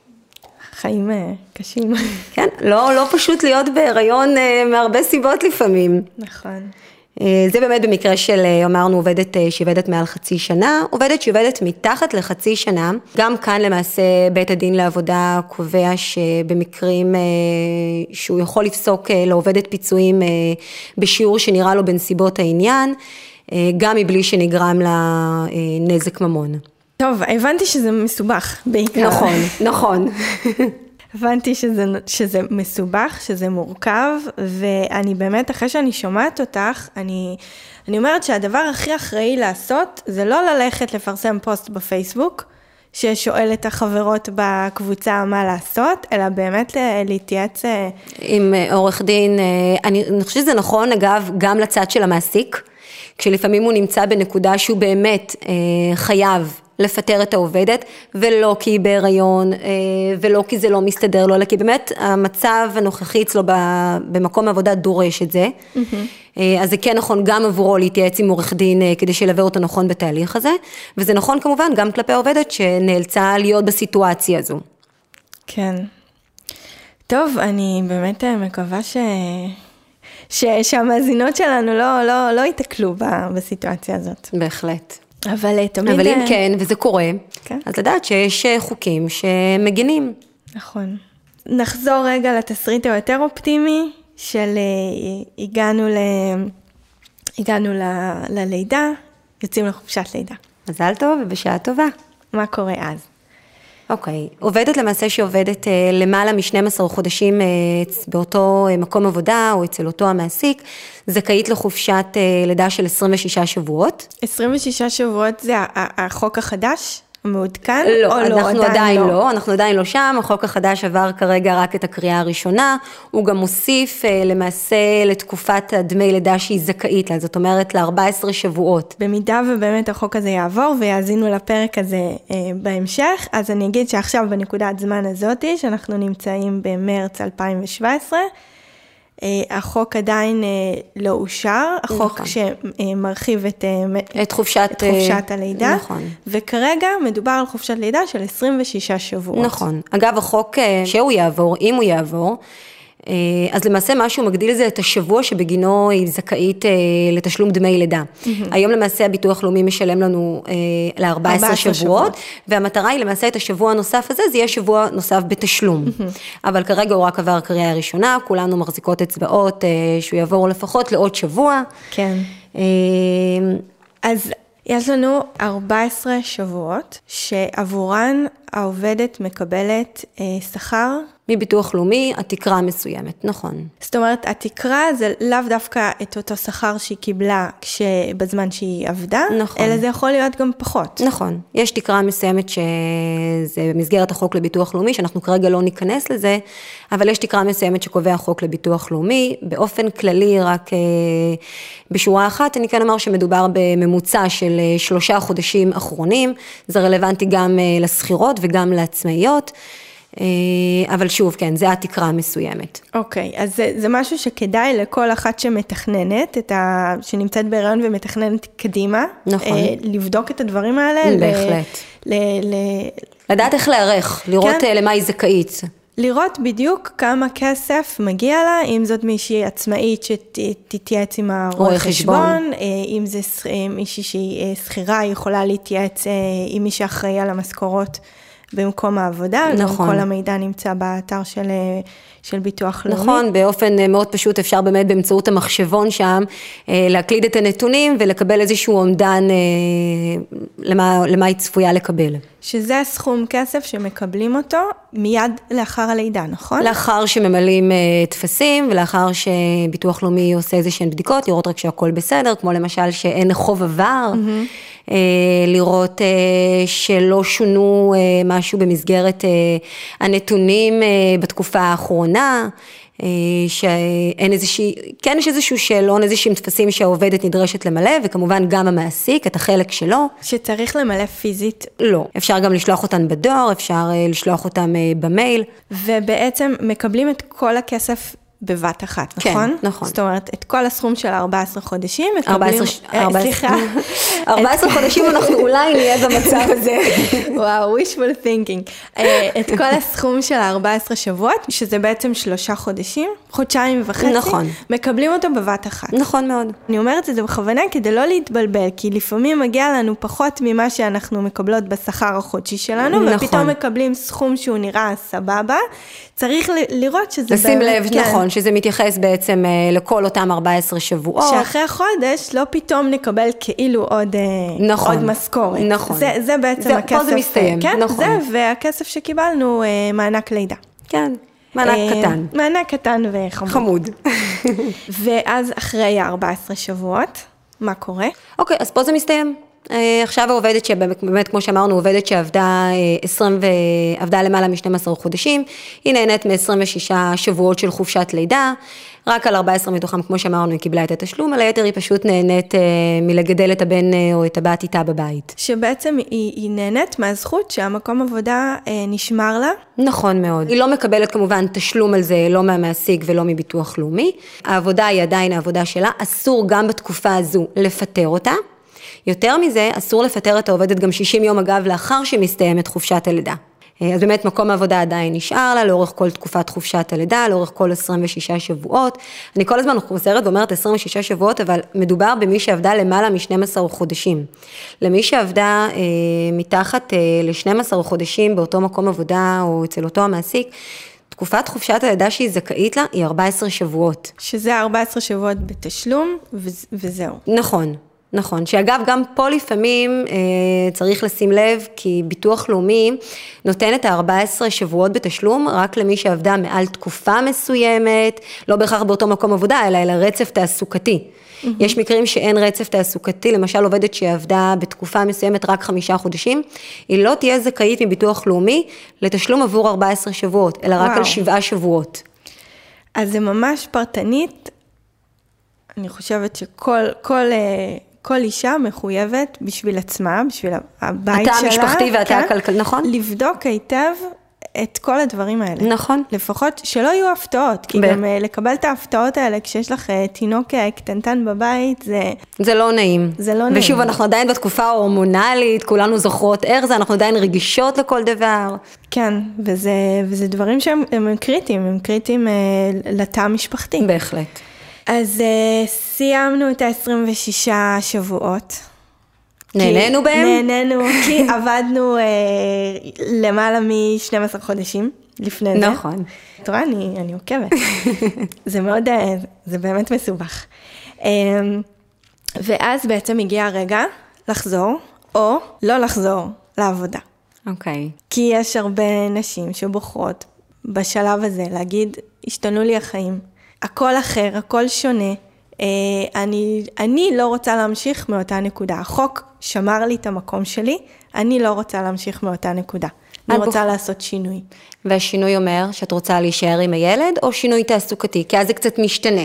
חיים קשים. כן, לא, לא פשוט להיות בהיריון מהרבה סיבות לפעמים. נכון. זה באמת במקרה של, אמרנו, עובדת שעובדת מעל חצי שנה, עובדת שעובדת מתחת לחצי שנה, גם כאן למעשה בית הדין לעבודה קובע שבמקרים שהוא יכול לפסוק לעובדת פיצויים בשיעור שנראה לו בנסיבות העניין, גם מבלי שנגרם לה נזק ממון. טוב, הבנתי שזה מסובך בעיקר. נכון, נכון. הבנתי שזה, שזה מסובך, שזה מורכב, ואני באמת, אחרי שאני שומעת אותך, אני, אני אומרת שהדבר הכי אחראי לעשות, זה לא ללכת לפרסם פוסט בפייסבוק, ששואל את החברות בקבוצה מה לעשות, אלא באמת להתייעץ עם עורך דין. אני, אני חושבת שזה נכון, אגב, גם לצד של המעסיק, כשלפעמים הוא נמצא בנקודה שהוא באמת אה, חייב לפטר את העובדת, ולא כי היא בהיריון, אה, ולא כי זה לא מסתדר לו, אלא כי באמת המצב הנוכחי אצלו במקום העבודה דורש את זה. Mm-hmm. אה, אז זה כן נכון גם עבורו להתייעץ עם עורך דין, אה, כדי שילווה אותו נכון בתהליך הזה, וזה נכון כמובן גם כלפי העובדת שנאלצה להיות בסיטואציה הזו. כן. טוב, אני באמת מקווה ש... ש... שהמאזינות שלנו לא, לא, לא יתקלו בסיטואציה הזאת. בהחלט. אבל תמיד... אבל אם כן, וזה קורה, כן. אז לדעת שיש חוקים שמגינים. נכון. נחזור רגע לתסריט היותר אופטימי, של הגענו, ל... הגענו ל... ללידה, יוצאים לחופשת לידה. מזל טוב ובשעה טובה. מה קורה אז? אוקיי, עובדת למעשה שעובדת למעלה מ-שנים עשר חודשים באותו מקום עבודה או אצל אותו המעסיק, זכאית לחופשת לידה של עשרים ושישה שבועות. עשרים ושישה שבועות זה החוק החדש? מעודכן? לא, או אנחנו לא, עדיין לא. לא, אנחנו עדיין לא שם, החוק החדש עבר כרגע רק את הקריאה הראשונה, הוא גם מוסיף למעשה לתקופת דמי לידה שהיא זכאית לה, זאת אומרת ל-ארבעה עשר שבועות. במידה ובאמת החוק הזה יעבור ויאזינו לפרק הזה אה, בהמשך, אז אני אגיד שעכשיו בנקודת זמן הזאת, שאנחנו נמצאים במרץ אלפיים שבע עשרה, החוק עדיין לא אושר, החוק שמרחיב את, את, חופשת, את חופשת הלידה, נכון. וכרגע מדובר על חופשת לידה של עשרים ושישה שבועות. נכון. אגב, החוק שהוא יעבור, אם הוא יעבור, אז למעשה משהו מגדיל זה את השבוע שבגינו היא זכאית לתשלום דמי לידה. Mm-hmm. היום למעשה הביטוח לאומי משלם לנו ל-ארבעה עשר שבועות, שבועות, והמטרה היא למעשה את השבוע הנוסף הזה, זה יהיה שבוע נוסף בתשלום. Mm-hmm. אבל כרגע הוא רק עבר קריאה הראשונה, כולנו מחזיקות אצבעות שהוא יעבור לפחות לעוד שבוע. כן. אז יש לנו ארבעה עשר שבועות, שעבורן העובדת מקבלת שכר, מביטוח לאומי, התקרה מסוימת, נכון. זאת אומרת, התקרה זה לאו דווקא את אותו שכר שהיא קיבלה בזמן שהיא עבדה, נכון. אלא זה יכול להיות גם פחות. נכון. יש תקרה מסוימת שזה במסגרת החוק לביטוח לאומי, שאנחנו כרגע לא ניכנס לזה, אבל יש תקרה מסוימת שקובע החוק לביטוח לאומי, באופן כללי רק בשורה אחת, אני כן אומר שמדובר בממוצע של שלושה חודשים אחרונים, זה רלוונטי גם לסחירות וגם לעצמאיות, אבל שוב, כן, זה התקרה המסוימת. אוקיי, אז זה, זה משהו שכדאי לכל אחת שמתכננת, את ה, שנמצאת בהיריון ומתכננת קדימה, נכון. לבדוק את הדברים האלה. בהחלט. ל, ל, לדעת איך להיערך, לראות כן? למה היא זכאית. לראות בדיוק כמה כסף מגיע לה, אם זאת מישהי עצמאית שתתייעץ עם הרואה חשבון, אם זה מישהי שהיא שכירה, היא יכולה להתייעץ עם מי שאחראי על המשכורות במקום העבודה, נכון. גם כל המידע נמצא באתר של, של ביטוח לאומי. נכון, באופן מאוד פשוט אפשר באמת באמצעות המחשבון שם, להקליד את הנתונים ולקבל איזשהו אומדן למה, למה היא צפויה לקבל. שזה הסכום כסף שמקבלים אותו מיד לאחר הלידה, נכון? לאחר שממלאים תפסים, ולאחר שביטוח לאומי עושה איזושהי בדיקות, לראות רק שהכל בסדר, כמו למשל שאין חוב עבר, mm-hmm. לראות שלא שונו משהו במסגרת הנתונים בתקופה האחרונה, שאין איזושהי, כן יש איזשהו שאלון, איזושהי תפסים שהעובדת נדרשת למלא, וכמובן גם המעסיק, את החלק שלו. שצריך למלא פיזית? לא, אפשר גם לשלוח אותן בדואר, אפשר לשלוח אותן במייל. ובעצם מקבלים את כל הכסף בבת אחת, נכון? כן, נכון. זאת אומרת, את כל הסכום של ארבעה עשר חודשים, מקבלים... סליחה. ארבעה עשר חודשים אנחנו אולי נהיה במצב הזה. וואו, wishful thinking. את כל הסכום של ארבעה עשר שבועות, שזה בעצם שלושה חודשים, חודשיים וחצי, נכון. מקבלים אותו בבת אחת. נכון מאוד. אני אומרת את זה בכוונה כדי לא להתבלבל, כי לפעמים מגיע לנו פחות ממה שאנחנו מקבלות בשכר החודשי שלנו, נכון. ופתאום מקבלים סכום שהוא נראה סבבה, צריך לראות שזה... לשים לב, כן. נכון, שזה מתייחס בעצם לכל אותם ארבעה עשר שבועות. שאחרי החודש לא פתאום נקבל כאילו עוד, נכון. עוד משכורת. נכון. זה, זה בעצם זה, הכסף. פה זה מסתיים, כן, נכון. זה, והכסף שקיבלנו, מענק לידה. כן, מענק קטן. מענק קטן וחמוד. חמוד. ואז אחרי ארבעה עשר שבועות, מה קורה? אוקיי, אז פה זה מסתיים. עכשיו העובדת שבאמת, כמו שאמרנו, עובדת שעבדה עשרים ועבדה למעלה מ-שנים עשר חודשים, היא נהנית מ-עשרים ושישה שבועות של חופשת לידה, רק על ארבעה עשר מתוכם, כמו שאמרנו, היא קיבלה את התשלום, על היתר היא פשוט נהנית מלגדל את הבן או את הבת איתה בבית. שבעצם היא, היא נהנית מהזכות שהמקום עבודה נשמר לה? נכון מאוד. היא לא מקבלת כמובן תשלום על זה, לא מהמעסיק ולא מביטוח לאומי. העבודה היא עדיין העבודה שלה, אסור גם בתקופה הזו לפטר אותה. יותר מזה, אסור לפטר את העובדת גם שישים יום אגב, לאחר שמסתיימת חופשת הלידה. אז באמת מקום העבודה עדיין נשאר לה, לאורך כל תקופת חופשת הלידה, לאורך כל עשרים ושישה שבועות. אני כל הזמן חוזרת ואומרת עשרים ושישה שבועות, אבל מדובר במי שעבדה למעלה מ-שנים עשר חודשים. למי שעבדה אה, מתחת אה, ל-שנים עשר חודשים באותו מקום עבודה או אצל אותו המעסיק, תקופת חופשת הלידה שהיא זכאית לה היא ארבעה עשר שבועות. שזה ארבעה עשר שבועות בתשלום וזהו. נכון. נכון, שאגב גם פה לפעמים אה, צריך לשים לב, כי ביטוח לאומי נותן את ה-ארבעה עשר שבועות בתשלום, רק למי שעבדה מעל תקופה מסוימת, לא בהכרח באותו מקום עבודה, אלא אלא רצף תעסוקתי. Mm-hmm. יש מקרים שאין רצף תעסוקתי, למשל עובדת שעבדה בתקופה מסוימת רק חמישה חודשים, היא לא תהיה זכאית מביטוח לאומי לתשלום עבור ארבעה עשר שבועות, אלא רק וואו. על שבעה שבועות. אז זה ממש פרטנית, אני חושבת שכל... כל, כל אישה מחויבת בשביל עצמה, בשביל הבית שלה. אתה המשפחתי ואתה כן? הכלכל, נכון? לבדוק היטב את כל הדברים האלה. נכון. לפחות שלא יהיו הפתעות, כי ב- גם לקבל את ההפתעות האלה, כשיש לך תינוק קטנטן בבית, זה... זה לא נעים. זה לא נעים. ושוב, אנחנו עדיין בתקופה ההורמונלית, כולנו זוכרות איך זה, אנחנו עדיין רגישות לכל דבר. כן, וזה, וזה דברים שהם הם קריטיים, הם קריטיים אה, לתא המשפחתי. בהחלט. אז uh, סיימנו את ה-עשרים ושישה שבועות. נהנינו בהם? נהנינו, כי עבדנו uh, למעלה מ-שנים עשר חודשים לפני זה. נכון. את רואה, אני, אני עוקבת. זה מאוד, uh, זה באמת מסובך. Um, ואז בעצם הגיע הרגע לחזור, או לא לחזור לעבודה. אוקיי. Okay. כי יש הרבה נשים שבוחרות בשלב הזה להגיד, השתנו לי החיים. הכל אחר, הכל שונה, אני, אני לא רוצה להמשיך מאותה נקודה. החוק שמר לי את המקום שלי, אני לא רוצה להמשיך מאותה נקודה. אני רוצה בוח... לעשות שינוי. והשינוי אומר שאת רוצה להישאר עם הילד, או שינוי תעסוקתי? כי אז זה קצת משתנה.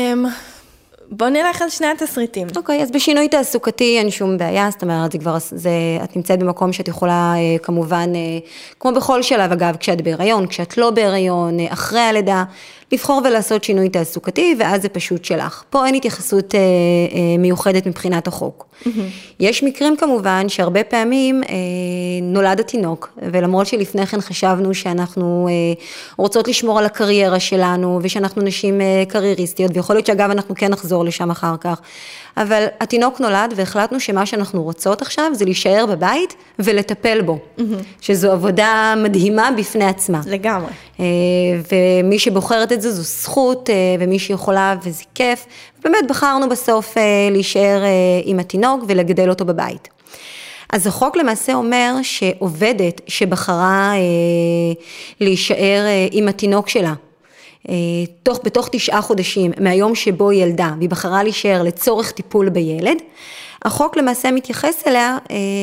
בוא נלך על שני התסריטים. אוקיי, אז בשינוי תעסוקתי אין שום בעיה, זאת אומרת, זה כבר, זה, את נמצאת במקום שאת יכולה, כמובן, כמו בכל שלב, אגב, כשאת בהיריון, כשאת לא בהיריון, אחרי הלידה, לבחור ולעשות שינוי תעסוקתי, ואז זה פשוט שלך. פה אין התייחסות אה, אה, מיוחדת מבחינת החוק. Mm-hmm. יש מקרים כמובן שהרבה פעמים אה, נולד התינוק, ולמרות שלפני כן חשבנו שאנחנו אה, רוצות לשמור על הקריירה שלנו, ושאנחנו נשים אה, קרייריסטיות, ויכול להיות שאגב אנחנו כן נחזור לשם אחר כך, אבל התינוק נולד והחלטנו שמה שאנחנו רוצות עכשיו זה להישאר בבית ולטפל בו, mm-hmm. שזו עבודה מדהימה בפני עצמה. לגמרי. ומי שבוחרת את זה זו זכות, ומי שיכולה וזה כיף. באמת בחרנו בסוף להישאר עם התינוק ולגדל אותו בבית. אז החוק למעשה אומר שעובדת שבחרה להישאר עם התינוק שלה, תוך, בתוך תשעה חודשים מהיום שבו היא ילדה, והיא בחרה להישאר לצורך טיפול בילד, החוק למעשה מתייחס אליה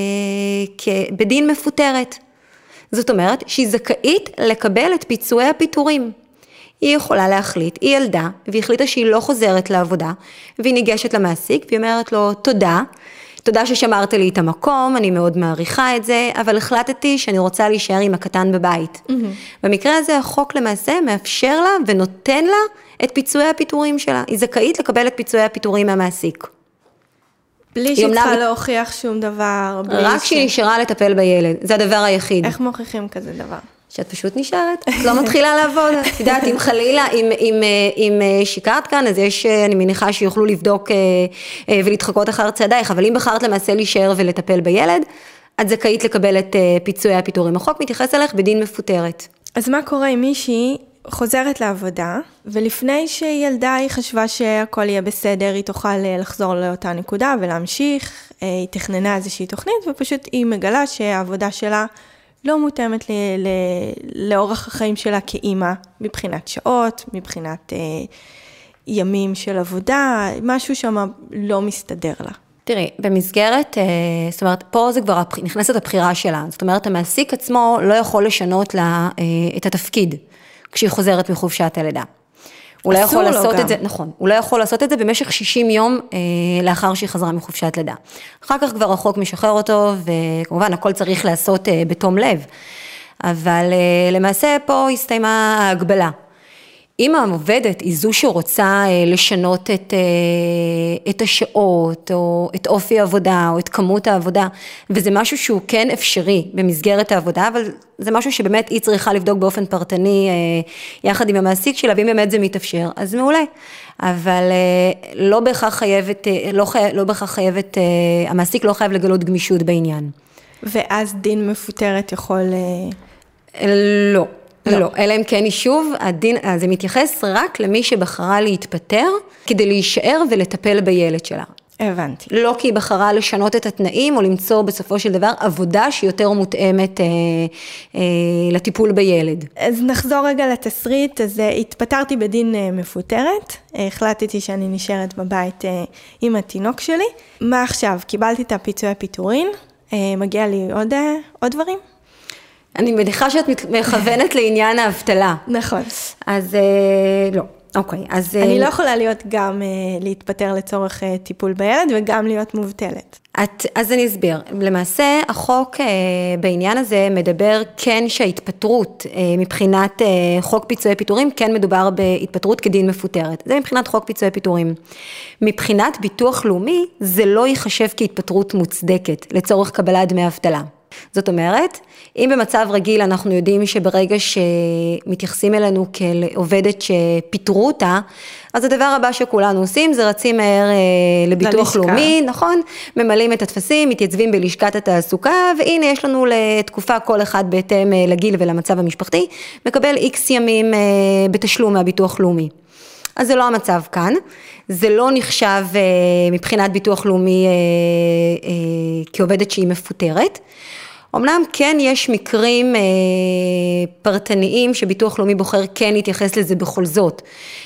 בדין מפוטרת. זאת אומרת שהיא זכאית לקבל את פיצויי הפיטורים. היא יכולה להחליט, היא ילדה, והיא החליטה שהיא לא חוזרת לעבודה, והיא ניגשת למעסיק, והיא אומרת לו, תודה, תודה ששמרת לי את המקום, אני מאוד מעריכה את זה, אבל החלטתי שאני רוצה להישאר עם הקטן בבית. Mm-hmm. במקרה הזה החוק למעשה מאפשר לה ונותן לה את פיצויי הפיטורים שלה. היא זכאית לקבל את פיצויי הפיטורים מהמעסיק. בלי שהיא צריכה להוכיח שום דבר. רק שהיא נשארה לטפל בילד, זה הדבר היחיד. איך מוכיחים כזה דבר? שאת פשוט נשארת, את לא מתחילה לעבוד. את יודעת, אם חלילה, אם, אם, אם שיקרת כאן, אז יש, אני מניחה שיוכלו לבדוק ולהתחקות אחר צעדייך, אבל אם בחרת למעשה להישאר ולטפל בילד, את זכאית לקבל את פיצויי הפיטורים. החוק מתייחס אליך בדין מפוטרת. אז מה קורה אם מישהי חוזרת לעבודה, ולפני שהיא ילדה היא חשבה שהכל יהיה בסדר, היא תוכל לחזור לאותה נקודה ולהמשיך, היא תכננה איזושהי תוכנית, ופשוט היא מגלה שהעבודה שלה לא מותאמת ל- ל- לאורח החיים שלה כאימא, מבחינת שעות, מבחינת אה, ימים של עבודה, משהו שם לא מסתדר לה. תראי, במסגרת, אה, זאת אומרת, פה זה כבר נכנסת הבחירה שלה, זאת אומרת, המעסיק עצמו לא יכול לשנות לה אה, את התפקיד, כשהיא חוזרת מחופשת הלידה. הוא לא יכול לעשות את זה, נכון, הוא לא יכול לעשות את זה במשך שישים יום אה, לאחר שהיא חזרה מחופשת לידה. אחר כך כבר החוק משחרר אותו, וכמובן הכל צריך לעשות אה, בתום לב. אבל אה, למעשה פה הסתיימה ההגבלה. אם העובדת היא זו שרוצה אה, לשנות את, אה, את השעות, או את אופי העבודה, או את כמות העבודה, וזה משהו שהוא כן אפשרי במסגרת העבודה, אבל זה משהו שבאמת היא צריכה לבדוק באופן פרטני, אה, יחד עם המעסיק שלה, ואם באמת זה מתאפשר, אז מעולה. אבל אה, לא בהכרח חייבת, אה, לא, חי, לא בהכרח חייבת, אה, המעסיק לא חייב לגלות גמישות בעניין. ואז דין מפוטרת יכול... אה... לא. לא, לא, אלא אם כן שוב, הדין, זה מתייחס רק למי שבחרה להתפטר, כדי להישאר ולטפל בילד שלה. הבנתי. לא כי היא בחרה לשנות את התנאים, או למצוא בסופו של דבר עבודה שיותר מותאמת אה, אה, לטיפול בילד. אז נחזור רגע לתסריט, אז התפטרתי בדין אה, מפוטרת, החלטתי שאני נשארת בבית אה, עם התינוק שלי. מה עכשיו? קיבלתי את הפיצוי הפיטורין, אה, מגיע לי עוד, אה, עוד דברים? אני מניחה שאת מכוונת לעניין האבטלה. נכון. אז לא, אוקיי. אז אני לא יכולה להיות גם להתפטר לצורך טיפול בילד וגם להיות מובטלת. את, אז אני אסביר. למעשה, החוק בעניין הזה מדבר כן שההתפטרות מבחינת חוק פיצויי פיטורים, כן מדובר בהתפטרות כדין מפוטרת. זה מבחינת חוק פיצויי פיטורים. מבחינת ביטוח לאומי, זה לא ייחשב כהתפטרות מוצדקת לצורך קבלת דמי אבטלה. זאת אומרת, אם במצב רגיל אנחנו יודעים שברגע שמתייחסים אלינו כעובדת שפיטרו אותה, אז הדבר הבא שכולנו עושים זה רצים מהר לביטוח לאומי, נכון? ממלאים את התפסים, מתייצבים בלשכת התעסוקה, והנה יש לנו לתקופה כל אחד בהתאם לגיל ולמצב המשפחתי, מקבל איקס ימים בתשלום מהביטוח לאומי. אז זה לא המצב כאן, זה לא נחשב מבחינת ביטוח לאומי כעובדת שהיא מפוטרת. אמנם כן יש מקרים פרטניים שביטוח לאומי בוחר כן להתייחס לזה בכל זאת,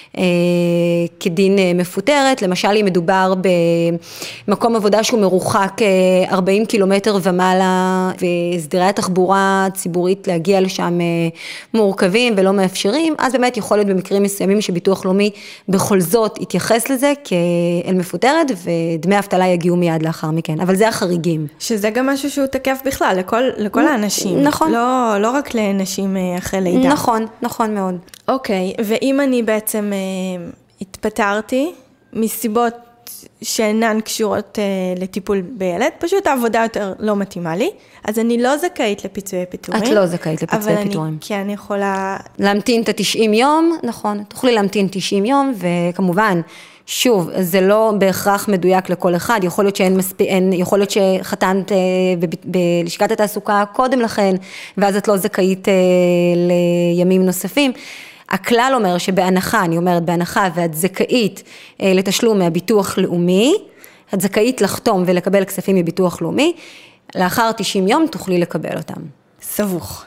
כדין מפוטרת, למשל אם מדובר במקום עבודה שהוא מרוחק ארבעים קילומטר ומעלה, והסדרי התחבורה הציבורית להגיע לשם מורכבים ולא מאפשרים, אז באמת יכול להיות במקרים מסוימים שביטוח לאומי בכל זאת יתייחס לזה כאל מפוטרת, ודמי אבטלה יגיעו מיד לאחר מכן, אבל זה החריגים. שזה גם משהו שהוא תקף בכלל, לכל לכל, לכל האנשים. נכון. לא, לא רק לנשים אחרי לידה. נכון, נכון מאוד. אוקיי, ואם אני בעצם אה, התפטרתי מסיבות שאינן קשורות אה, לטיפול בילד, פשוט העבודה יותר לא מתאימה לי, אז אני לא זכאית לפיצויי פיטורים. את לא זכאית לפיצויי פיטורים. אבל אני כן יכולה... להמתין את ה-תשעים יום, נכון, תוכלי להמתין תשעים יום, וכמובן, שוב, זה לא בהכרח מדויק לכל אחד, יכול להיות שאין מספיק, אין, יכול להיות שחתנת אה, ב- בלשכת התעסוקה קודם לכן, ואז את לא זכאית אה, לימים נוספים. הכלל אומר שבהנחה, אני אומרת בהנחה, ואת זכאית אה, לתשלום מהביטוח לאומי, את זכאית לחתום ולקבל כספים מביטוח לאומי, לאחר תשעים יום תוכלי לקבל אותם. סבוך.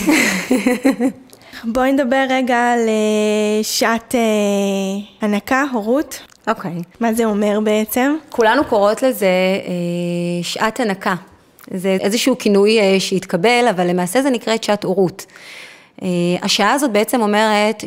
בואי נדבר רגע על שעת אה, הנקה, הורות. אוקיי. Okay. מה זה אומר בעצם? כולנו קוראות לזה אה, שעת הנקה. זה איזשהו כינוי אה, שהתקבל, אבל למעשה זה נקראת שעת הורות. אה, השעה הזאת בעצם אומרת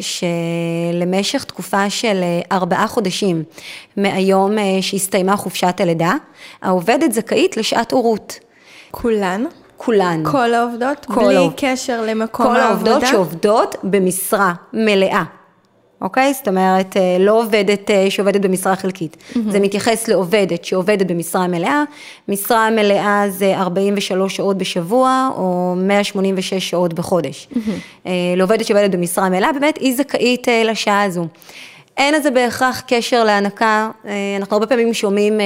שלמשך תקופה של אה, ארבעה חודשים מהיום אה, שהסתיימה חופשת הלידה, העובדת זכאית לשעת הורות. כולן? כולן. כל העובדות? כל בלי העובד. קשר למקום כל העבודה? העובדות שעובדות במשרה מלאה. אוקיי? זאת אומרת, לא עובדת שעובדת במשרה חלקית. Mm-hmm. זה מתייחס לעובדת שעובדת במשרה מלאה. משרה מלאה זה ארבעים ושלוש שעות בשבוע, או מאה שמונים ושש שעות בחודש. Mm-hmm. לעובדת שעובדת במשרה מלאה, באמת היא זכאית לשעה הזו. אין לזה בהכרח קשר להנקה, אנחנו הרבה פעמים שומעים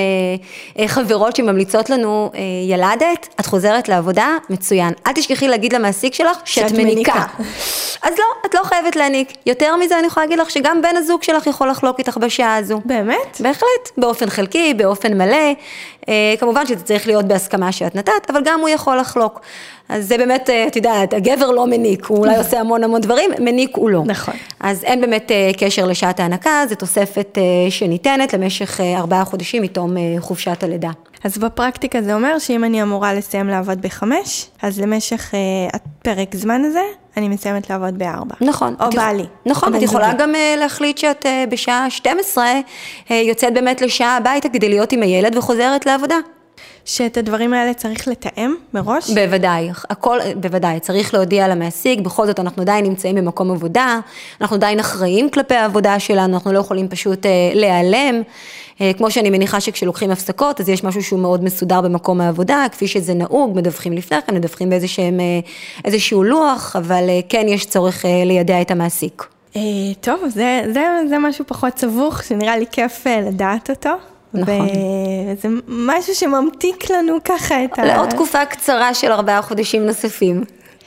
חברות שממליצות לנו, ילדת, את חוזרת לעבודה, מצוין. אל תשכחי להגיד למעסיק שלך שאת, שאת מניקה. מניקה. אז לא, את לא חייבת להניק. יותר מזה אני יכולה להגיד לך שגם בן הזוג שלך יכול לחלוק איתך בשעה הזו. באמת? בהחלט, באופן חלקי, באופן מלא. כמובן שזה צריך להיות בהסכמה שאת נתת, אבל גם הוא יכול לחלוק. אז זה באמת, את יודעת, הגבר לא מניק, הוא אולי עושה המון המון דברים, מניק הוא לא. נכון. אז אין באמת קשר לשעת ההנקה, זה תוספת שניתנת למשך ארבעה חודשים מתום חופשת הלידה. אז בפרקטיקה זה אומר שאם אני אמורה לסיים לעבוד בחמש, אז למשך הפרק זמן הזה, אני מסיימת לעבוד בארבע. נכון. או בעלי. נכון, את יכולה גם להחליט שאת בשעה שתים עשרה יוצאת באמת לשעה הביתה כדי להיות עם הילד וחוזרת לעבודה. שאת הדברים האלה צריך לתאם מראש? בוודאי, הכל, בוודאי, צריך להודיע למעסיק, בכל זאת אנחנו עדיין נמצאים במקום עבודה, אנחנו עדיין אחראים כלפי העבודה שלנו, אנחנו לא יכולים פשוט אה, להיעלם, אה, כמו שאני מניחה שכשלוקחים הפסקות, אז יש משהו שהוא מאוד מסודר במקום העבודה, כפי שזה נהוג, מדווחים לפני כן, מדווחים באיזשהם, אה, איזשהו לוח, אבל אה, כן יש צורך אה, לידע את המעסיק. אה, טוב, זה, זה, זה משהו פחות סבוך, שנראה לי כיף אה, לדעת אותו. נכון. וזה משהו שממתיק לנו ככה את ה... לעוד תקופה קצרה של ארבעה חודשים נוספים.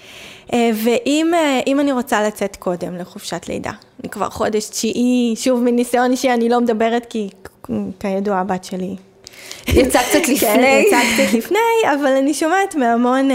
ואם אם אני רוצה לצאת קודם לחופשת לידה, אני כבר חודש תשיעי, שוב מניסיון אישי, אני לא מדברת כי כידוע הבת שלי... יצא קצת לפני. כן, יצא קצת לפני, אבל אני שומעת מהמון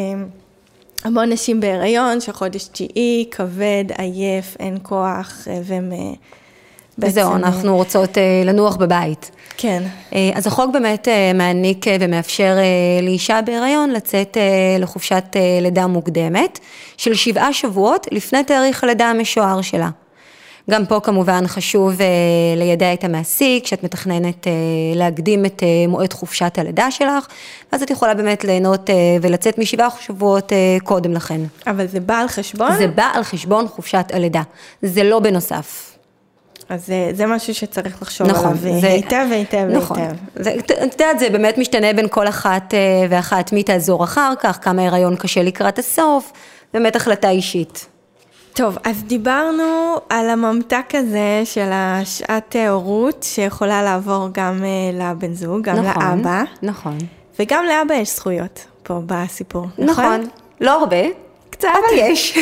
המון נשים בהיריון, שחודש תשיעי, כבד, עייף, אין כוח, והם... וזהו, אנחנו רוצות לנוח בבית. כן. אז החוק באמת מעניק ומאפשר לאישה בהיריון לצאת לחופשת לידה מוקדמת, של שבעה שבועות לפני תאריך הלידה המשוער שלה. גם פה כמובן חשוב לידע את המעסיק, שאת מתכננת להקדים את מועד חופשת הלידה שלך, ואז את יכולה באמת ליהנות ולצאת משבעה שבועות קודם לכן. אבל זה בא על חשבון? זה בא על חשבון חופשת הלידה, זה לא בנוסף. אז זה, זה משהו שצריך לחשוב נכון, עליו זה, היטב והיטב נכון. והיטב. זה, את יודעת, זה באמת משתנה בין כל אחת ואחת, מי תעזור אחר כך, כמה הריון קשה לקראת הסוף, באמת החלטה אישית. טוב, אז דיברנו על הממתק הזה של השעת הורות, שיכולה לעבור גם לבן זוג, גם נכון, לאבא. נכון. וגם לאבא יש זכויות פה בסיפור, נכון? נכון, לא הרבה, קצת. אבל יש.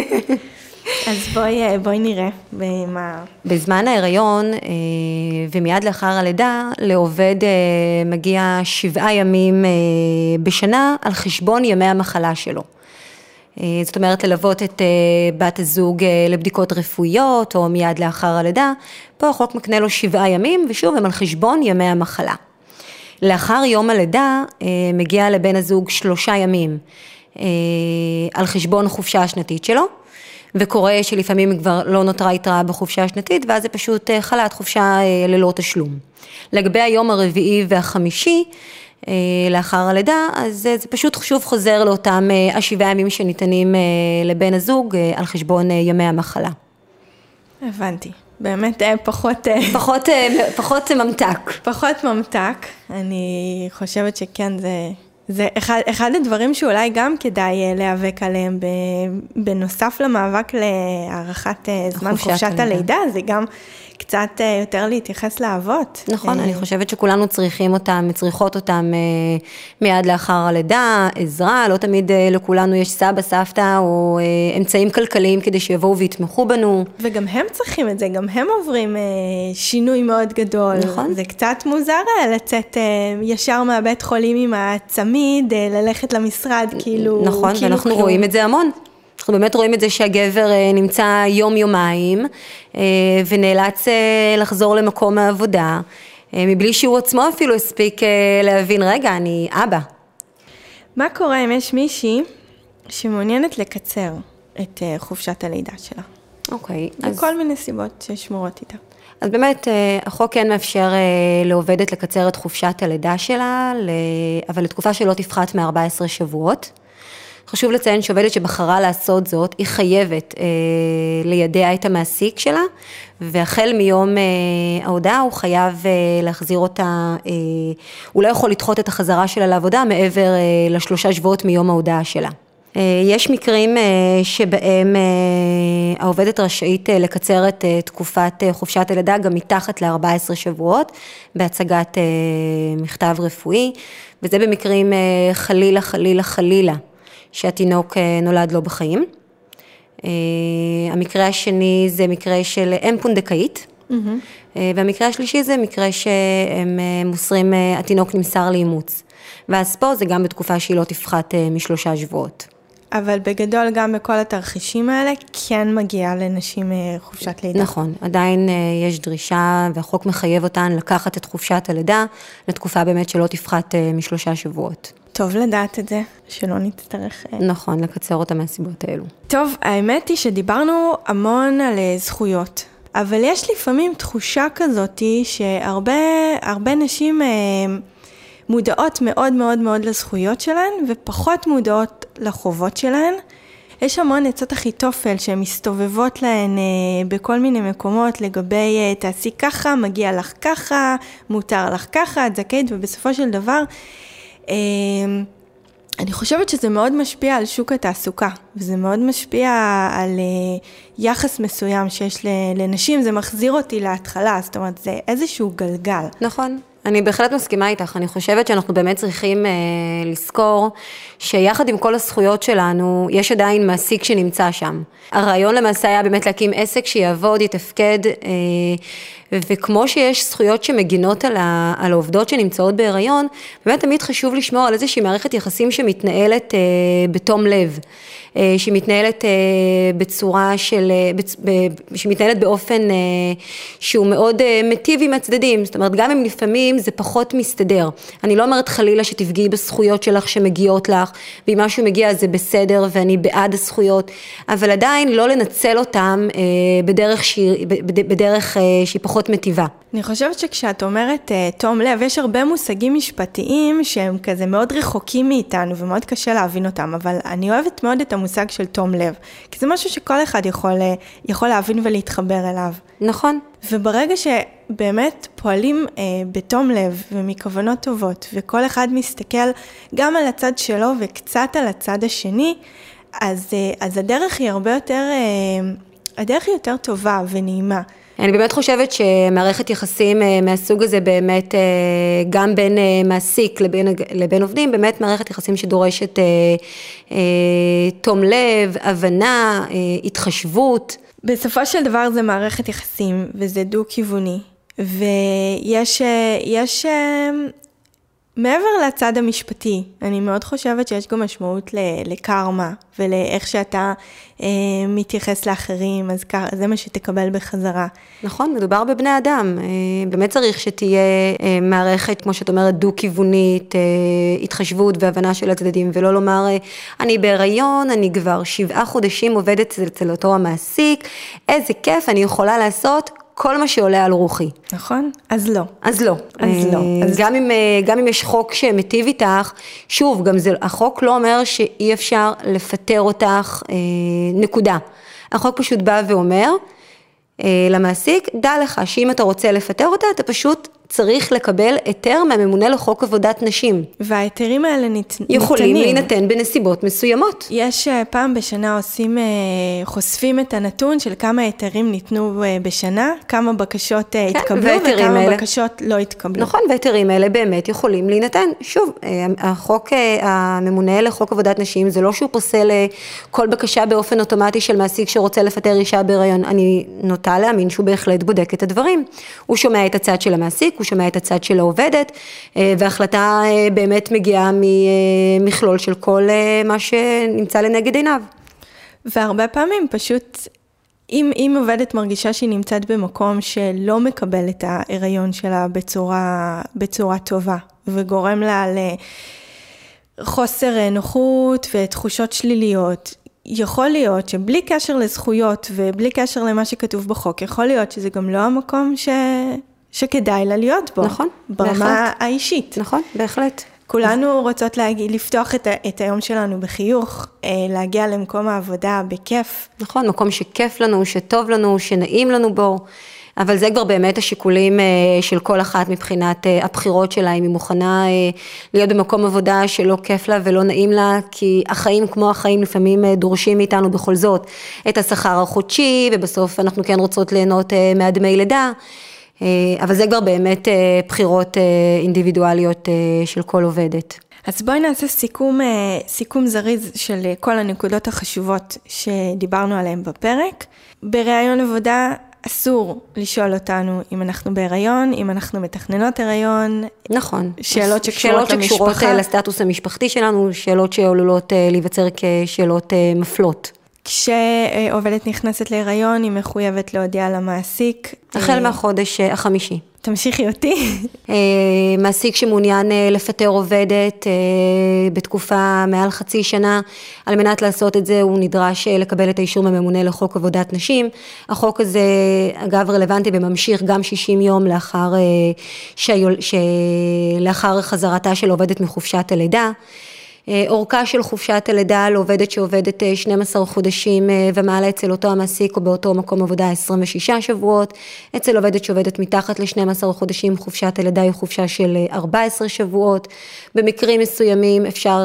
אז בואי, בואי נראה במה... בזמן ההיריון ומיד לאחר הלידה, לעובד מגיע שבעה ימים בשנה על חשבון ימי המחלה שלו. זאת אומרת, ללוות את בת הזוג לבדיקות רפואיות או מיד לאחר הלידה, פה החוק מקנה לו שבעה ימים, ושוב הם על חשבון ימי המחלה. לאחר יום הלידה מגיע לבן הזוג שלושה ימים על חשבון חופשה השנתית שלו, וקורה שלפעמים כבר לא נותרה יתרה בחופשה השנתית, ואז זה פשוט חל"ת חופשה ללא תשלום. לגבי היום הרביעי והחמישי, לאחר הלידה, אז זה פשוט שוב חוזר לאותם השבעה ימים שניתנים לבן הזוג על חשבון ימי המחלה. הבנתי. באמת פחות... פחות, פחות ממתק. פחות ממתק. אני חושבת שכן, זה, זה אחד, אחד הדברים שאולי גם כדאי להיאבק עליהם, בנוסף למאבק להארכת זמן חופשת הלידה, זה גם קצת יותר להתייחס לאבות. נכון, אני חושבת שכולנו צריכים אותם, צריכות אותם מיד לאחר הלידה, עזרה, לא תמיד לכולנו יש סבא, סבתא, או אמצעים כלכליים כדי שיבואו ויתמכו בנו. וגם הם צריכים את זה, גם הם עוברים שינוי מאוד גדול. נכון. זה קצת מוזר לצאת ישר מהבית חולים עם הצמיד, ללכת למשרד, כאילו... נכון, כאילו ואנחנו כאילו. רואים את זה המון. אנחנו באמת רואים את זה שהגבר נמצא יום-יומיים, ונאלץ לחזור למקום העבודה, מבלי שהוא עצמו אפילו הספיק להבין, רגע, אני אבא. מה קורה אם יש מישהי שמעוניינת לקצר את חופשת הלידה שלה? אוקיי. לכל אז... מיני סיבות ששמורות איתה. אז באמת, החוק כן מאפשר לעובדת לקצר את חופשת הלידה שלה, אבל לתקופה שלא תפחת מ-ארבעה עשר שבועות. חשוב לציין שעובדת שבחרה לעשות זאת, היא חייבת אה, לידע את המעסיק שלה, והחל מיום אה, ההודעה הוא חייב אה, להחזיר אותה, אה, הוא לא יכול לדחות את החזרה שלה לעבודה מעבר אה, לשלושה שבועות מיום ההודעה שלה. אה, יש מקרים אה, שבהם אה, העובדת רשאית אה, לקצר את אה, תקופת אה, חופשת הלידה גם מתחת ל-ארבעה עשר שבועות, בהצגת אה, מכתב רפואי, וזה במקרים אה, חלילה, חלילה, חלילה. שהתינוק נולד לו בחיים. המקרה השני זה מקרה של אם פונדקאית, mm-hmm. והמקרה השלישי זה מקרה שהם מוסרים, התינוק נמסר לאימוץ. ואז פה זה גם בתקופה שהיא לא תפחת משלושה שבועות. אבל בגדול גם בכל התרחישים האלה כן מגיעה לנשים חופשת לידה. נכון, עדיין יש דרישה והחוק מחייב אותן לקחת את חופשת הלידה לתקופה באמת שלא תפחת משלושה שבועות. טוב לדעת את זה, שלא נצטרך... נכון, לקצר אותה מהסיבות האלו. טוב, האמת היא שדיברנו המון על זכויות, אבל יש לפעמים תחושה כזאת שהרבה הרבה נשים מודעות מאוד מאוד מאוד לזכויות שלהן, ופחות מודעות לחובות שלהן. יש המון עצות אחיתופל שהן מסתובבות להן בכל מיני מקומות לגבי תעשי ככה, מגיע לך ככה, מותר לך ככה, את זכאית, ובסופו של דבר... אני חושבת שזה מאוד משפיע על שוק התעסוקה, וזה מאוד משפיע על יחס מסוים שיש לנשים, זה מחזיר אותי להתחלה, זאת אומרת, זה איזשהו גלגל. נכון. אני בהחלט מסכימה איתך, אני חושבת שאנחנו באמת צריכים אה, לזכור שיחד עם כל הזכויות שלנו, יש עדיין מעסיק שנמצא שם. הרעיון למעשה היה באמת להקים עסק שיעבוד, יתפקד, אה, וכמו שיש זכויות שמגינות על, ה, על העובדות שנמצאות בהיריון, באמת תמיד חשוב לשמור על איזושהי מערכת יחסים שמתנהלת אה, בתום לב. שמתנהלת בצורה של, שמתנהלת באופן שהוא מאוד מטיב עם הצדדים, זאת אומרת, גם אם לפעמים זה פחות מסתדר. אני לא אומרת חלילה שתפגעי בזכויות שלך שמגיעות לך, ואם משהו מגיע זה בסדר ואני בעד הזכויות, אבל עדיין לא לנצל אותם בדרך שהיא, בדרך שהיא פחות מטיבה. אני חושבת שכשאת אומרת תום לב, יש הרבה מושגים משפטיים שהם כזה מאוד רחוקים מאיתנו ומאוד קשה להבין אותם, אבל אני אוהבת מאוד את המושג של תום לב, כי זה משהו שכל אחד יכול, יכול להבין ולהתחבר אליו. נכון. וברגע שבאמת פועלים אה, בתום לב ומכוונות טובות, וכל אחד מסתכל גם על הצד שלו וקצת על הצד השני, אז, אה, אז הדרך היא הרבה יותר, אה, הדרך היא יותר טובה ונעימה. אני באמת חושבת שמערכת יחסים מהסוג הזה באמת, גם בין מעסיק לבין, לבין עובדים, באמת מערכת יחסים שדורשת תום לב, הבנה, התחשבות. בסופו של דבר זה מערכת יחסים וזה דו-כיווני, ויש יש, מעבר לצד המשפטי, אני מאוד חושבת שיש גם משמעות לקרמה ולאיך שאתה אה, מתייחס לאחרים, אז זה מה שתקבל בחזרה. נכון, מדובר בבני אדם. אה, באמת צריך שתהיה אה, מערכת, כמו שאת אומרת, דו-כיוונית, אה, התחשבות והבנה של הצדדים, ולא לומר, אה, אני בהיריון, אני כבר שבעה חודשים עובדת אצל אותו המעסיק, איזה כיף, אני יכולה לעשות כל מה שעולה על רוחי. נכון? אז לא. אז לא. אז לא. אז... גם אם, גם אם יש חוק שמטיב איתך, שוב, גם זה, החוק לא אומר שאי אפשר לפטר אותך, נקודה. החוק פשוט בא ואומר, למעסיק, דע לך שאם אתה רוצה לפטר אותה, אתה פשוט צריך לקבל היתר מהממונה לחוק עבודת נשים. וההיתרים האלה ניתנים. יכולים להינתן בנסיבות מסוימות. יש פעם בשנה עושים, חושפים את הנתון של כמה היתרים ניתנו בשנה, כמה בקשות התקבלו וכמה האלה, בקשות לא התקבלו. נכון, והיתרים האלה באמת יכולים להינתן. שוב, החוק, הממונה לחוק עבודת נשים, זה לא שהוא פוסל כל בקשה באופן אוטומטי של מעסיק שרוצה לפטר אישה בהיריון. אני נוטה להאמין שהוא בהחלט בודק את הדברים. הוא שומע את הצד של המעסיק, הוא שומע את הצד של העובדת, וההחלטה באמת מגיעה ממכלול של כל מה שנמצא לנגד עיניו. והרבה פעמים פשוט, אם, אם עובדת מרגישה שהיא נמצאת במקום שלא מקבל את ההיריון שלה בצורה, בצורה טובה, וגורם לה לחוסר נוחות ותחושות שליליות, יכול להיות שבלי קשר לזכויות ובלי קשר למה שכתוב בחוק, יכול להיות שזה גם לא המקום ש... שכדאי לה להיות בו. נכון, ברמה בהחלט. האישית. נכון, בהחלט. כולנו רוצות להגיע, לפתוח את, את היום שלנו בחיוך, להגיע למקום העבודה בכיף. נכון, מקום שכיף לנו, שטוב לנו, שנעים לנו בו, אבל זה כבר באמת השיקולים של כל אחת מבחינת הבחירות שלה, אם היא מוכנה להיות במקום עבודה שלא כיף לה ולא נעים לה, כי החיים כמו החיים לפעמים דורשים מאיתנו בכל זאת את השכר החודשי, ובסוף אנחנו כן רוצות ליהנות מהדמי לידה, אבל זה כבר באמת בחירות אינדיבידואליות של כל עובדת. אז בואי נעשה סיכום, סיכום זריז של כל הנקודות החשובות שדיברנו עליהן בפרק. בראיון עבודה אסור לשאול אותנו אם אנחנו בהיריון, אם אנחנו מתכננות הריון. נכון. שאלות שקשורות שאלות שקשורות למשפחה. לסטטוס המשפחתי שלנו, שאלות שעלולות להיווצר כשאלות מפלות. כשעובדת נכנסת להיריון, היא מחויבת להודיע למעסיק. החל מהחודש החמישי. תמשיכי אותי. מעסיק שמעוניין לפטר עובדת בתקופה מעל חצי שנה, על מנת לעשות את זה הוא נדרש לקבל את האישור מממונה לחוק עבודת נשים. החוק הזה אגב רלוונטי וממשיך גם שישים יום לאחר, לאחר חזרתה של עובדת מחופשת הלידה. אורכה של חופשת הלידה לעובדת שעובדת שנים עשר חודשים ומעלה אצל אותו המעסיק או באותו מקום עבודה עשרים ושישה שבועות, אצל עובדת שעובדת מתחת ל-שנים עשר חודשים חופשת הלידה היא חופשה של ארבעה עשר שבועות, במקרים מסוימים אפשר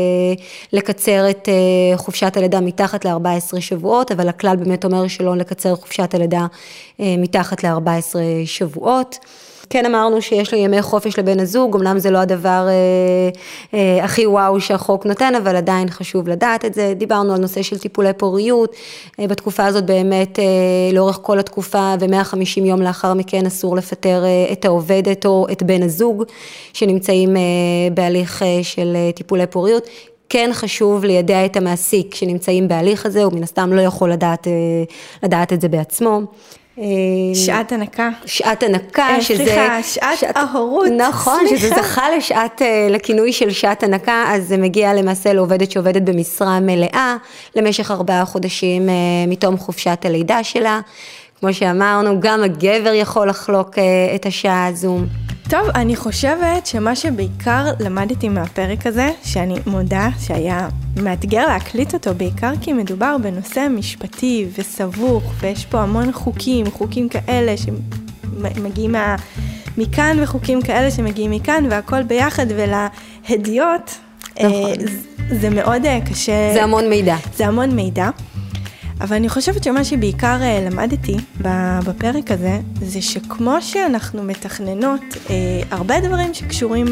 לקצר את חופשת הלידה מתחת ל-ארבעה עשר שבועות, אבל הכלל באמת אומר שלא לקצר חופשת הלידה מתחת ל-ארבעה עשר שבועות. כן אמרנו שיש לו ימי חופש לבן הזוג, אמנם זה לא הדבר אה, אה, הכי וואו שהחוק נותן, אבל עדיין חשוב לדעת את זה. דיברנו על נושא של טיפולי פוריות, אה, בתקופה הזאת באמת אה, לאורך כל התקופה ו-מאה וחמישים יום לאחר מכן אסור לפטר אה, את העובדת או את בן הזוג שנמצאים אה, בהליך אה, של אה, טיפולי פוריות. כן חשוב לידע את המעסיק שנמצאים בהליך הזה, הוא מן הסתם לא יכול לדעת, אה, לדעת את זה בעצמו. שעת הנקה. שעת הנקה, שזה... סליחה, שעת, שעת ההורות. נכון, סליחה. שזה זכה לשעת, לכינוי של שעת הנקה, אז זה מגיע למעשה לעובדת שעובדת במשרה מלאה, למשך ארבעה חודשים מתום חופשת הלידה שלה. כמו שאמרנו, גם הגבר יכול לחלוק את השעה הזו. טוב, אני חושבת שמה שבעיקר למדתי מהפרק הזה, שאני מודה שהיה מאתגר להקליט אותו, בעיקר כי מדובר בנושא משפטי וסבוך, ויש פה המון חוקים, חוקים כאלה שמגיעים מה... מכאן וחוקים כאלה שמגיעים מכאן, והכל ביחד, ולהדיוט, נכון. זה מאוד קשה. זה המון מידע. זה המון מידע. אבל אני חושבת שמה שבעיקר למדתי בפרק הזה, זה שכמו שאנחנו מתכננות הרבה דברים שקשורים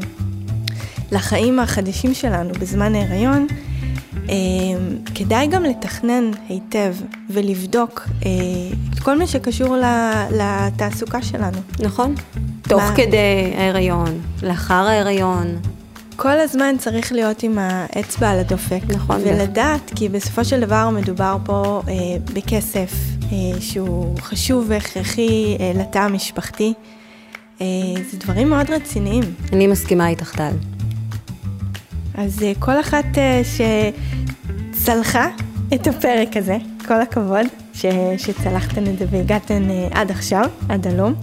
לחיים החדשים שלנו בזמן ההיריון, כדאי גם לתכנן היטב ולבדוק את כל מה שקשור לתעסוקה שלנו. נכון. תוך כדי ההיריון, לאחר ההיריון. כל הזמן צריך להיות עם האצבע על הדופק, נכון, ולדעת, כי בסופו של דבר מדובר פה אה, בכסף אה, שהוא חשוב והכרחי אה, לתא המשפחתי. אה, זה דברים מאוד רציניים. אני מסכימה איתך טל. אז אה, כל אחת אה, שצלחה את הפרק הזה, כל הכבוד. ש, שצלחתן את זה והגעתן עד עכשיו, עד הלום.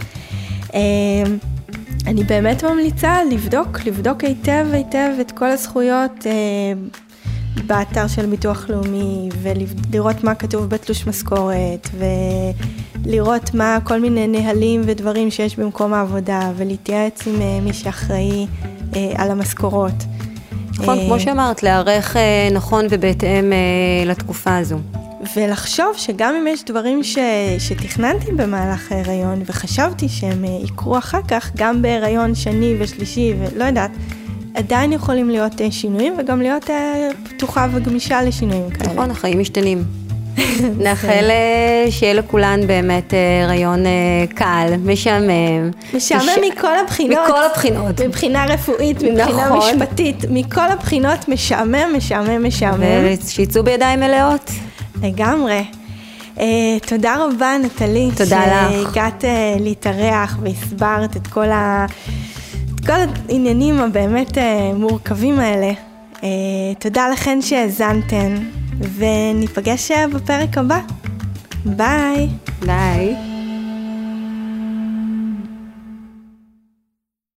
אני באמת ממליצה לבדוק, לבדוק היטב היטב את כל הזכויות באתר של ביטוח לאומי, ולראות מה כתוב בתלוש משכורת, ולראות מה כל מיני נהלים ודברים שיש במקום העבודה, ולהתייעץ עם מי שאחראי על המשכורות. נכון, כמו שאמרת, להערך נכון ובהתאם לתקופה הזו. ולחשוב שגם אם יש דברים ש... שתכננתי במהלך ההיריון, וחשבתי שהם יקרו אחר כך, גם בהיריון שני ושלישי, ולא יודעת, עדיין יכולים להיות שינויים, וגם להיות פתוחה וגמישה לשינויים כאלה. נכון, החיים משתנים. נאחל שיהיה לכולן באמת הריון קל, משעמם. משעמם מכל הבחינות. מכל הבחינות. מבחינה רפואית, מבחינה משפטית, מכל הבחינות משעמם, משעמם, משעמם. ושיצאו בידיים מלאות. לגמרי. תודה רבה, נטלי. תודה לך. שהגעת להתארח והסברת את כל ה... כל העניינים הבאמת מורכבים האלה. תודה לכן שהאזנתן, וניפגש בפרק הבא. ביי. ביי.